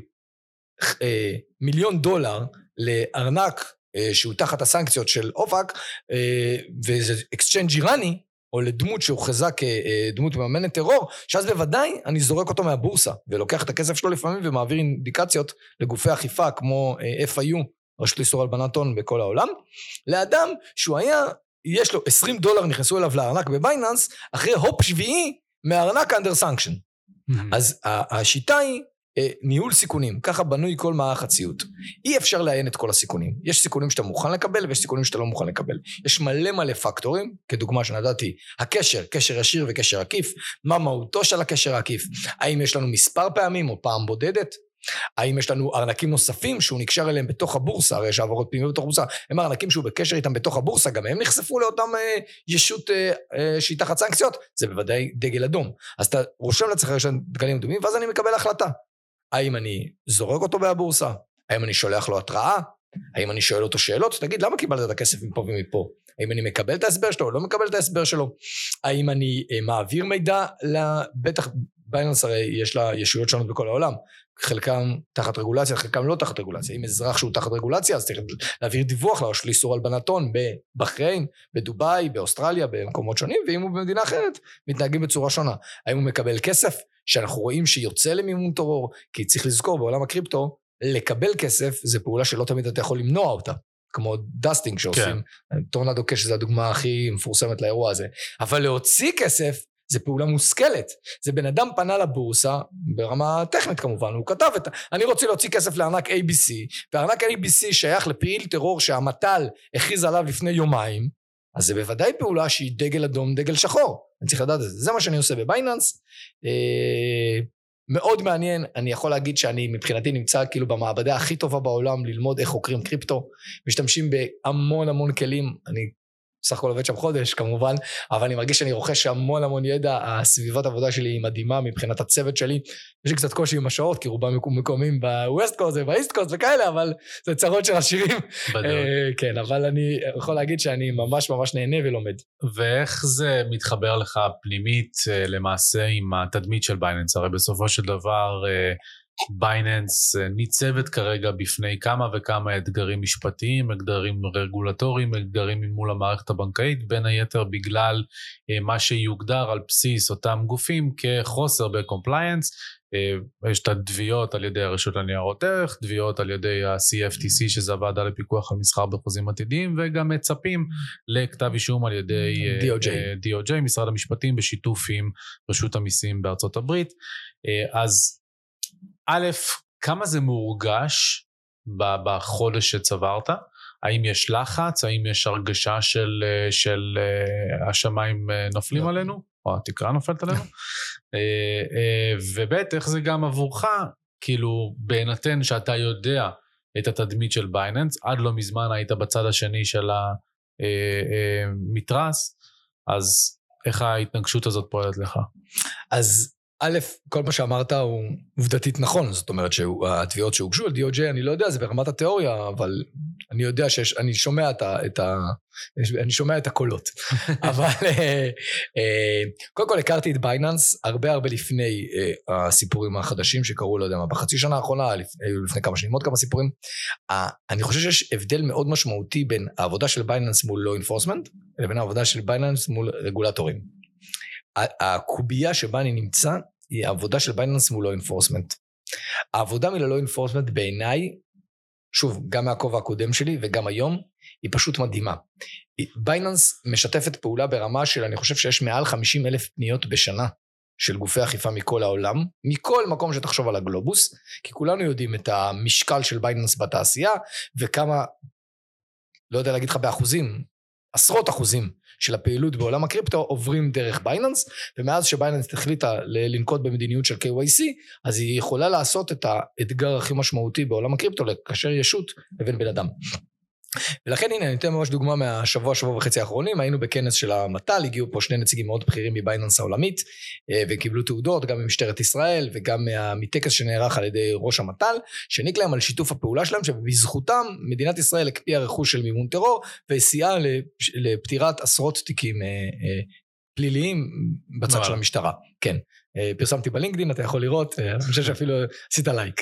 Speaker 2: $1,000,000 לארנק שהוא תחת הסנקציות של אופק, וזה אקסצ'יינג' איראני, או לדמות שהוכרזה כדמות מממנת טרור, שאז בוודאי אני זורק אותו מהבורסה, ולוקח את הכסף שלו לפעמים, ומעביר אינדיקציות לגופי אכיפה, כמו FIU, רשות לאיסור הלבנת הון בכל העולם, לאדם שהוא היה, יש לו $20 נכנסו אליו לארנק בבייננס, אחרי הופ שביעי מהארנק under sanction. אז השיטה היא, ניהול סיכונים, ככה בנוי כל מערך הציות. אי אפשר לעיין את כל הסיכונים. יש סיכונים שאתה מוכן לקבל, ויש סיכונים שאתה לא מוכן לקבל. יש מלא פקטורים, כדוגמה שנדעתי, הקשר, קשר ישיר וקשר עקיף, מה מהותו של הקשר העקיף, האם יש לנו מספר פעמים או פעם בודדת, האם יש לנו ארנקים נוספים שהוא נקשר אליהם בתוך הבורסה, הרי יש העברות פנימיות בתוך הבורסה, הם ארנקים שהוא בקשר איתם בתוך הבורסה, גם הם נחשפו לאותם ישות שהיא תחת סנקציות, זה בוודאי דגל אדום. אז אתה רושם לעצמך ראשון דגלים אדומים, ואז אני מקבל החלטה. האם אני זורק אותו מהבורסה? האם אני שולח לו התראה? האם אני שואל אותו שאלות? תגיד, למה קיבלת את הכסף מפה ומפה? האם אני מקבל את ההסבר שלו או לא מקבל את ההסבר שלו? האם אני מעביר מידע בטח בייננס הרי יש לה ישויות שונות בכל העולם, חלקם תחת רגולציה, חלקם לא תחת רגולציה. אם אזרח שהוא תחת רגולציה, אז צריך להעביר דיווח לרשות לאיסור הלבנת הון בבחריין, בדובאי, באוסטרליה, במקומות שונים, ואם הוא במדינה אחרת, מתנהגים בצורה שונה. האם הוא מקבל כסף שאנחנו רואים שיוצא למימון טרור, כי צריך לזכור בעולם הקריפטו, לקבל כסף זה פעולה שלא תמיד אתה יכול למנוע אותה, כמו דסטינג שעושים, טורנדו קש זה הדוגמה הכי מפורסמת לאירוע הזה, אבל להוציא כסף זה פעולה מושכלת, זה בן אדם פנה לבורסה, ברמה טכנית כמובן, הוא כתב אני רוצה להוציא כסף לארנק ABC, והארנק ABC שייך לפעיל טרור שהמטל הכריז עליו לפני יומיים, אז זה בוודאי פעולה שהיא דגל אדום, דגל שחור, אני צריך לדעת את זה, זה מה שאני עושה בבייננס, מאוד מעניין, אני יכול להגיד שאני מבחינתי נמצא כאילו במעבדה הכי טובה בעולם ללמוד איך חוקרים קריפטו, משתמשים בהמון כלים, אני סך הכל עובד שם חודש כמובן, אבל אני מרגיש שאני רוכש המון ידע, הסביבת עבודה שלי היא מדהימה מבחינת הצוות שלי, יש לי קצת קושי עם השעות, כי רובם מקומים בווסט קוסט ובאיסט קוסט וכאלה, אבל זה צרות של עשירים, כן, אבל אני יכול להגיד שאני ממש נהנה ולומד.
Speaker 1: ואיך זה מתחבר לך פנימית למעשה עם התדמית של בייננס? הרי בסופו של דבר בייננס ניצבת כרגע בפני כמה וכמה אתגרים משפטיים, אתגרים רגולטוריים, אתגרים מול המערכת הבנקאית, בין היתר בגלל מה שיוגדר על בסיס אותם גופים כחוסר בקומפליינס, יש את התביעות על ידי הרשות לניירות ערך, תביעות על ידי ה-CFTC, שזה הוועדה לפיקוח על מסחר בחוזים עתידיים, וגם מצפים לכתב אישום על ידי DOJ, משרד המשפטים, בשיתוף עם רשות המיסים בארצות הברית. אז א', כמה זה מורגש בחודש שצברת? האם יש לחץ? האם יש הרגשה של השמיים נופלים עלינו? או התקרה נופלת עלינו? וב', איך זה גם עבורך, כאילו בהינתן שאתה יודע את התדמית של בייננס, עד לא מזמן היית בצד השני של המתרס, אז איך ההתנגשות הזאת פועלת לך?
Speaker 2: אז א', כל מה שאמרת הוא עובדתית נכון, זאת אומרת שהתביעות שהוגשו על DOJ, אני לא יודע, זה ברמת התיאוריה, אבל אני יודע אני שומע את הקולות. אבל קודם כל הכרתי את בייננס הרבה לפני הסיפורים החדשים שקראו, לא יודע מה, בחצי שנה האחרונה, לפני כמה שנים, עוד כמה סיפורים. אני חושב שיש הבדל מאוד משמעותי בין העבודה של בייננס מול law enforcement, לבין העבודה של בייננס מול רגולטורים. הקובייה שבה אני נמצא, היא העבודה של בייננס מול law enforcement. העבודה מול law enforcement בעיניי, שוב, גם מהכובע הקודם שלי וגם היום, היא פשוט מדהימה. בייננס משתפת פעולה ברמה של, אני חושב שיש מעל 50,000 פניות בשנה, של גופי אכיפה מכל העולם, מכל מקום שתחשוב על הגלובוס, כי כולנו יודעים את המשקל של בייננס בתעשייה, וכמה, לא יודע להגיד לך באחוזים, עשרות אחוזים של הפעילות בעולם הקריפטו עוברים דרך בייננס, ומאז שבייננס החליטה לנקוט במדיניות של KYC, אז היא יכולה לעשות את האתגר הכי משמעותי בעולם הקריפטו, לקשר ישות לבין בן אדם. ולכן הנה, אני אתן ממש דוגמה מהשבוע, שבוע וחצי האחרונים, היינו בכנס של המטל, הגיעו פה שני נציגים מאוד בכירים מבייננס העולמית, וקיבלו תעודות גם ממשטרת ישראל, וגם מטקס שנערך על ידי ראש המטל, שניק להם על שיתוף הפעולה שלהם, שבזכותם מדינת ישראל הקפיאה רכוש של מימון טרור, וסייעה לפתירת עשרות תיקים פליליים בצד של המשטרה. כן. פרסמתי בלינקדין, אתה יכול לראות, אני חושב שאפילו עשית לייק.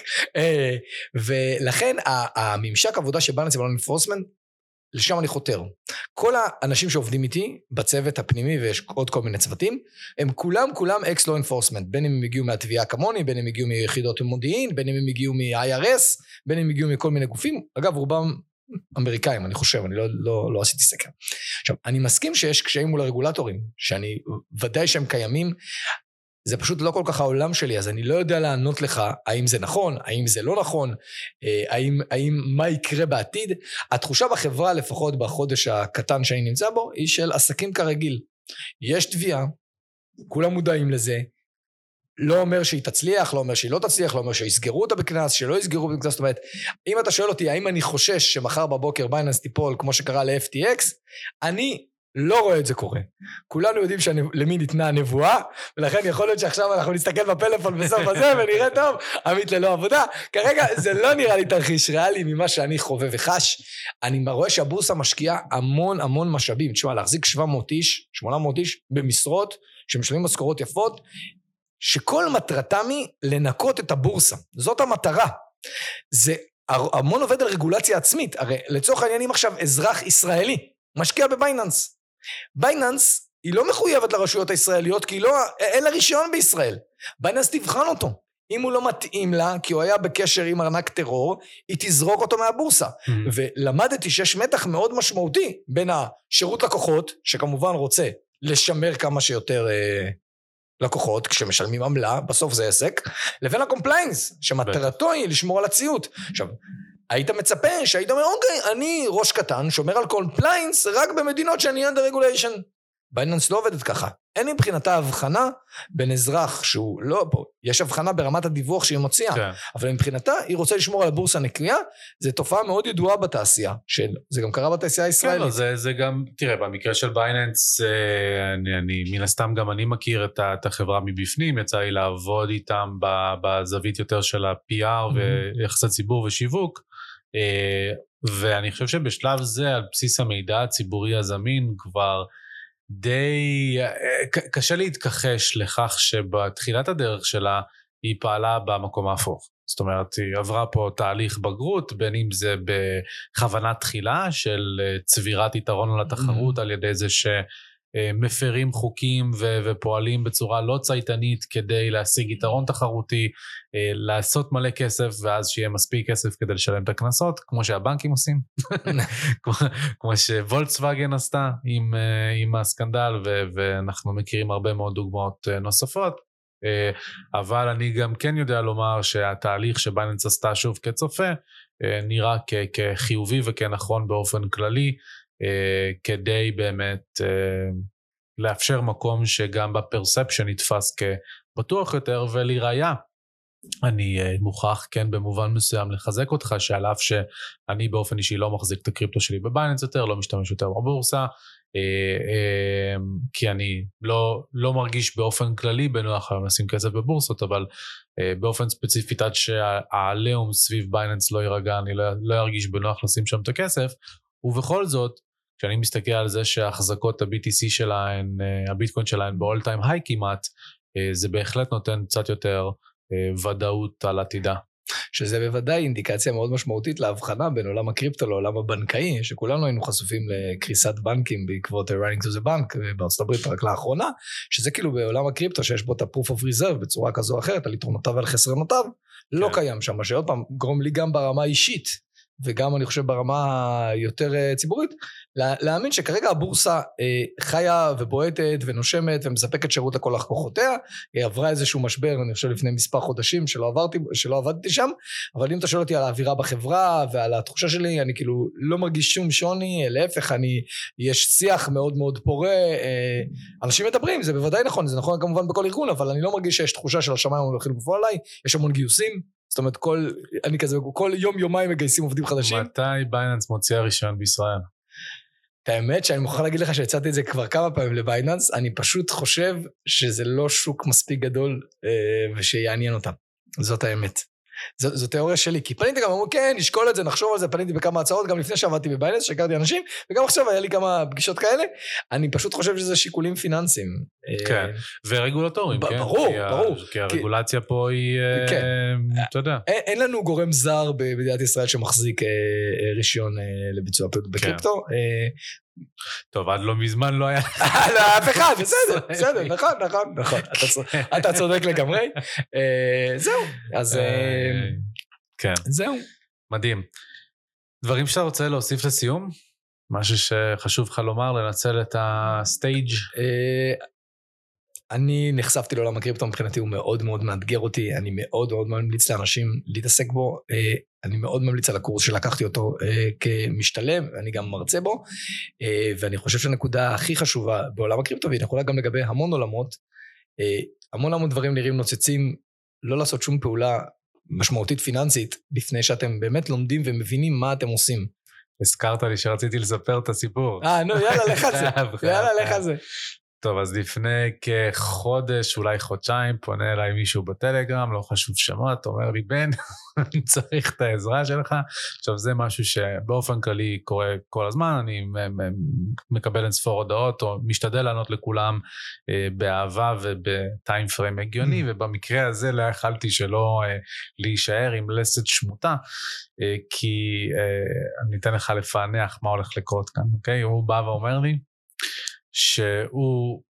Speaker 2: ולכן הממשק עבודה שבאלנס ולא אנפורסמנט, לשם אני חותר. כל האנשים שעובדים איתי, בצוות הפנימי, ויש עוד כל מיני צוותים, הם כולם אקס לא אנפורסמנט, בין אם הם הגיעו מהתביעה כמוני, בין אם הם הגיעו מיחידות מודיעין, בין אם הם הגיעו מ-IRS, בין אם הם הגיעו מכל מיני גופים, אגב רובם אמריקאים, אני חושב, אני לא עשיתי סקר. עכשיו, אני מסכים שיש קשיים מול הרגולטורים, שאני ודאי שהם קיימים, זה פשוט לא כל כך העולם שלי, אז אני לא יודע לענות לך האם זה נכון, האם זה לא נכון, האם מה יקרה בעתיד. התחושה בחברה, לפחות בחודש הקטן שאני נמצא בו, היא של עסקים כרגיל. יש תביעה, כולם מודעים לזה, לא אומר שהיא תצליח, לא אומר שהיא לא תצליח, לא אומר שיסגרו אותה בכנס, שלא יסגרו בכנס, זאת אומרת, אם אתה שואל אותי, האם אני חושש שמחר בבוקר בייננס תיפול, כמו שקרה ל-FTX, אני לא רואה את זה קורה. כולנו יודעים למי ניתנה הנבואה, ולכן יכול להיות שעכשיו אנחנו נסתכל בפלאפון בסוף הזה, ונראה טוב, עמית ללא עבודה. כרגע זה לא נראה לי תרחיש ריאלי ממה שאני חווה וחש. אני רואה שהבורסה משקיעה המון משאבים. תשמע, להחזיק 700 איש, 800 איש במשרות, שמשלמים משכורות יפות, שכל מטרתם היא לנקות את הבורסה. זאת המטרה. זה המון עובד על רגולציה עצמית. הרי לצורך העניינים עכשיו אזרח ישראלי משקיע בבייננס. בייננס היא לא מחויבת לרשויות הישראליות, כי אין לה רישיון בישראל. בייננס תבחן אותו. אם הוא לא מתאים לה, כי הוא היה בקשר עם ארנק טרור, היא תזרוק אותו מהבורסה. ולמדתי שיש מתח מאוד משמעותי בין השירות לקוחות, שכמובן רוצה לשמר כמה שיותר לקוחות, כשמשלמים עמלה, בסוף זה עסק, לבין הקומפליינס, שמטרתו היא לשמור על הציות. עכשיו, היית מצפה שהיית אומר, אוקיי, אני ראש קטן, שומר על קומפליינס, רק במדינות שאני under regulation. בייננס לא עובדת ככה. אין מבחינתה הבחנה בין אזרח שהוא לא פה. יש הבחנה ברמת הדיווח שהיא מוציאה, כן. אבל מבחינתה היא רוצה לשמור על הבורסה נקייה, זו תופעה מאוד ידועה בתעשייה, זה גם קרה בתעשייה הישראלית.
Speaker 1: כן, זה גם, תראה, במקרה של בייננס, מן הסתם גם אני מכיר את החברה מבפנים, יצא לי לעבוד איתם בזווית יותר של ה-PR ויחסי ציבור ושיווק, ואני חושב שבשלב זה, על בסיס המידע הציבורי הזמין, כבר די קשה להתכחש לכך שבתחילת הדרך שלה היא פעלה במקום ההפוך. זאת אומרת, היא עברה פה תהליך בגרות, בין אם זה בכוונת תחילה של צבירת יתרון על התחרות על ידי זה שמפרים חוקים ופועלים בצורה לא צייתנית כדי להשיג יתרון תחרותי, לעשות מלא כסף ואז שיהיה מספיק כסף כדי לשלם את הכנסות, כמו שהבנקים עושים, כמו שוולקסווגן עשתה עם הסקנדל, ואנחנו מכירים הרבה מאוד דוגמאות נוספות, אבל אני גם כן יודע לומר שהתהליך שבייננס עשתה שוב כצופה, נראה כחיובי וכנכון באופן כללי, כדי באמת לאפשר מקום שגם בפרספשן יתפס כבטוח יותר, ולראיה, אני מוכרח כן במובן מסוים לחזק אותך, שעל אף שאני באופן אישי לא מחזיק את הקריפטו שלי בבייננס יותר, לא משתמש יותר בבורסה, כי אני לא מרגיש באופן כללי בנוח לשים כסף בבורסות, אבל באופן ספציפית עד שהעליהום סביב בייננס לא יירגע, אני לא ארגיש בנוח לשים שם את הכסף, ובכל זאת, כשאני מסתכל על זה שהחזקות ה-BTC שלהן, הביטקוין שלהן ב-all time high כמעט, זה בהחלט נותן קצת יותר ודאות על עתידה.
Speaker 2: שזה בוודאי אינדיקציה מאוד משמעותית להבחנה בין עולם הקריפטו לעולם הבנקאי, שכולנו היינו חשופים לקריסת בנקים בעקבות running to the bank בארצות הברית רק לאחרונה, שזה כאילו בעולם הקריפטו שיש בו את ה-proof of reserve בצורה כזו או אחרת, על יתרונותיו ועל חסרונותיו, לא קיים שם, מה שעוד פעם גורם לי גם ברמה אישית, וגם אני חושב ברמה יותר ציבורית, להאמין שכרגע הבורסה חיה ובועטת ונושמת ומספקת שירות לכל לקוחותיה, היא עברה איזשהו משבר, אני חושב לפני מספר חודשים שלא עבדתי שם, אבל אם אתה שואל אותי על האווירה בחברה ועל התחושה שלי, אני כאילו לא מרגיש שום שוני, להפך, יש שיח מאוד מאוד פורה, אנשים מדברים, זה בוודאי נכון, זה נכון כמובן בכל ארגון, אבל אני לא מרגיש שיש תחושה של השמיים הולכים לפעול עליי, יש המון גיוסים, זאת אומרת, אני כזה, כל יום-יומיים מגייסים עובדים חדשים.
Speaker 1: מתי בייננס מוציאה רישיון בישראל?
Speaker 2: את האמת שאני מוכרח להגיד לך שהצעתי את זה כבר כמה פעמים לבייננס, אני פשוט חושב שזה לא שוק מספיק גדול ושיעניין אותם. זאת האמת. זו תיאוריה שלי, כי פניתי גם, אמרו, כן, נשקול את זה, נחשוב על זה, פניתי בכמה הצעות, גם לפני שעבדתי בבייננס, שהכרתי אנשים, וגם עכשיו היה לי כמה פגישות כאלה, אני פשוט חושב שזה שיקולים פיננסיים.
Speaker 1: כן, ורגולטוריים, כן?
Speaker 2: ברור, ברור.
Speaker 1: כי הרגולציה פה היא, אתה יודע.
Speaker 2: אין לנו גורם זר במדינת ישראל שמחזיק רישיון לביצוע פעילות בקריפטו.
Speaker 1: טוב, עד לא מזמן לא היה.
Speaker 2: לא, אף אחד, בסדר, נכון. אתה צודק לגמרי. זהו, אז
Speaker 1: כן.
Speaker 2: זהו.
Speaker 1: מדהים. דברים שאתה רוצה להוסיף לסיום? משהו שחשוב לך לומר, לנצל את הסטייג'?
Speaker 2: אני נחשפתי לעולם הקריפטו, מבחינתי הוא מאוד מאוד מאתגר אותי, אני מאוד מאוד ממליץ לאנשים להתעסק בו, אני מאוד ממליץ על הקורס שלקחתי אותו כמשתלם, אני גם מרצה בו, ואני חושב שהנקודה הכי חשובה בעולם הקריפטו, והיא נכונה גם לגבי המון עולמות, המון דברים נראים נוצצים, לא לעשות שום פעולה משמעותית פיננסית, לפני שאתם באמת לומדים ומבינים מה אתם עושים.
Speaker 1: הזכרת לי שרציתי לספר את הסיפור.
Speaker 2: נו, יאללה, לך על זה.
Speaker 1: טוב, אז לפני כחודש, אולי חודשיים, פונה אליי מישהו בטלגרם, לא חשוב שמות, אומר לי, בן, אני צריך את העזרה שלך. עכשיו, זה משהו שבאופן כללי קורה כל הזמן, אני מקבל אינספור הודעות, או משתדל לענות לכולם באהבה ובטיים פריים הגיוני, ובמקרה הזה לא יכלתי שלא להישאר עם לסת שמוטה, כי אני אתן לך לפענח מה הולך לקרות כאן, אוקיי? הוא בא ואומר לי, שהוא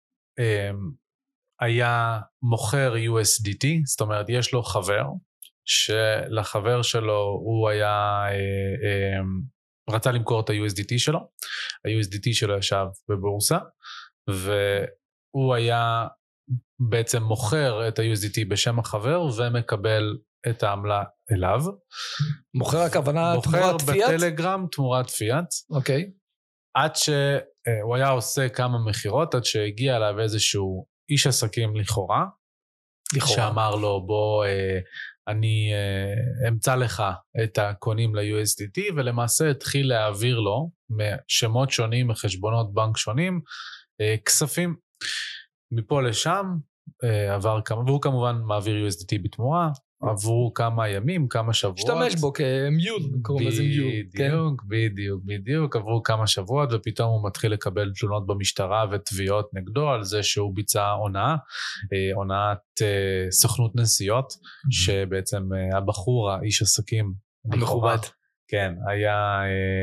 Speaker 1: היה מוכר USDT, זאת אומרת, יש לו חבר, שלחבר שלו הוא היה, רצה למכור את ה-USDT שלו, ה-USDT שלו ישב בבורסה, והוא היה בעצם מוכר את ה-USDT בשם החבר, ומקבל את העמלה אליו.
Speaker 2: מוכר הכוונה
Speaker 1: תמורת פיאט? מוכר בטלגרם תמורת פיאט.
Speaker 2: אוקיי.
Speaker 1: עד שהוא היה עושה כמה מחירות, עד שהגיע אליו איזשהו איש עסקים לכאורה, שאמר לו, בוא, אני אמצא לך את הקונים ל-USDT, ולמעשה התחיל להעביר לו, משמות שונים, מחשבונות בנק שונים, כספים. מפה לשם, עבר כמה, והוא כמובן מעביר USDT בתמורה, עברו כמה ימים, כמה שבועות.
Speaker 2: השתמש בו כמיול, קוראים לזה מיול.
Speaker 1: בדיוק, עברו כמה שבועות, ופתאום הוא מתחיל לקבל תלונות במשטרה ותביעות נגדו, על זה שהוא ביצע הונאת סוכנות נסיעות, שבעצם הבחור, האיש עסקים,
Speaker 2: המכובד.
Speaker 1: כן, היה...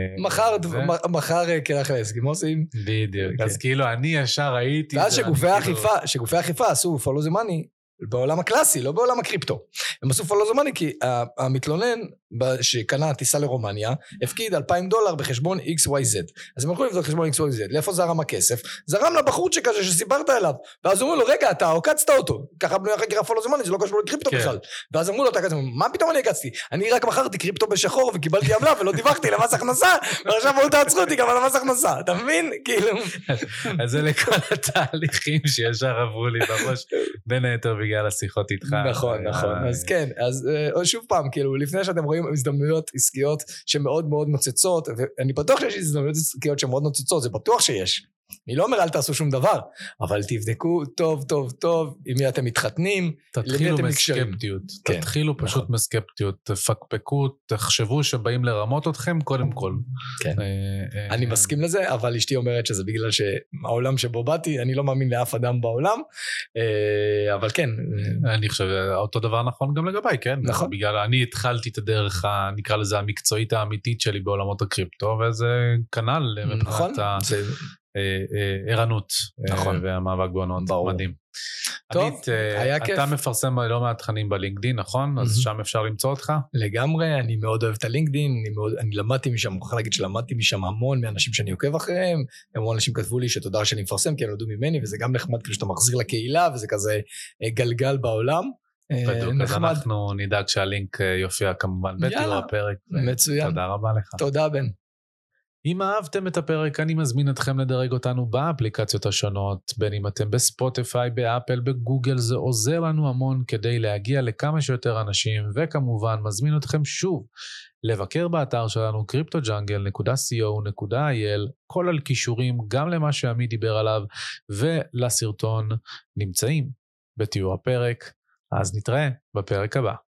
Speaker 2: מחר קרח לאסקימוסים.
Speaker 1: בדיוק, אז כאילו אני ישר ראיתי...
Speaker 2: ואז שגופי האכיפה עשו follow the money, בעולם הקלאסי, לא בעולם הקריפטו. הם עשו follow the money כי המתלונן שקנה טיסה לרומניה, הפקיד $2,000 בחשבון XYZ. אז הם הלכו לבדוק חשבון XYZ, לאיפה זרם הכסף? זרם לבחורצ'יק הזה שסיפרת אליו. ואז אמרו לו, רגע, אתה עוקצת אותו. ככה בנוי החקירה follow the money, זה לא קשור לקריפטו בכלל. ואז אמרו לו, מה פתאום אני עקצתי? אני רק מכרתי קריפטו בשחור וקיבלתי עמלה ולא דיווחתי למס הכנסה, ועכשיו הוא תעצרו אותי גם על המס הכנסה. אתה מבין? כאילו...
Speaker 1: אז זה לכל התהליכים שישר עברו לי בראש, בין היתר בגלל השיחות איתך.
Speaker 2: נכון. אז כן, אז שוב פעם, כאילו, לפני שאתם רואים הזדמנויות עסקיות שמאוד מאוד נוצצות, ואני בטוח שיש הזדמנויות עסקיות שמאוד נוצצות, זה בטוח שיש. אני לא אומר, אל תעשו שום דבר, אבל תבדקו טוב, עם מי אתם מתחתנים,
Speaker 1: תתחילו מסקפטיות, תתחילו פשוט מסקפטיות, תפקפקו, תחשבו שבאים לרמות אתכם קודם כל.
Speaker 2: כן, אני מסכים לזה, אבל אשתי אומרת שזה בגלל שהעולם שבו באתי, אני לא מאמין לאף אדם בעולם, אבל כן.
Speaker 1: אני חושב, אותו דבר נכון גם לגביי, כן?
Speaker 2: נכון.
Speaker 1: בגלל, אני התחלתי את הדרך, נקרא לזה המקצועית האמיתית שלי בעולמות הקריפטו, וזה כנ"ל.
Speaker 2: נכון, זה...
Speaker 1: ערנות והמאבק בעונות, מדהים. עמית, אתה מפרסם לא מעט תכנים בלינקדין, נכון? אז שם אפשר למצוא אותך?
Speaker 2: לגמרי, אני מאוד אוהב את הלינקדין, אני למדתי משם, מוכרח להגיד שלמדתי משם המון מאנשים שאני עוקב אחריהם, המון אנשים כתבו לי שתודה שאני מפרסם, כי הם למדו ממני, וזה גם נחמד כאילו שאתה מחזיר לקהילה, וזה כזה גלגל בעולם.
Speaker 1: בדיוק, אז אנחנו נדאג שהלינק יופיע כמובן בתיאור הפרק.
Speaker 2: מצוין.
Speaker 1: תודה רבה לך.
Speaker 2: תודה בן.
Speaker 1: אם אהבתם את הפרק, אני מזמין אתכם לדרג אותנו באפליקציות השונות, בין אם אתם בספוטיפיי, באפל, בגוגל, זה עוזר לנו המון כדי להגיע לכמה שיותר אנשים, וכמובן מזמין אתכם שוב לבקר באתר שלנו cryptojungle.co.il, כל על קישורים גם למה שעמי דיבר עליו ולסרטון נמצאים בתיאור הפרק, אז נתראה בפרק הבא.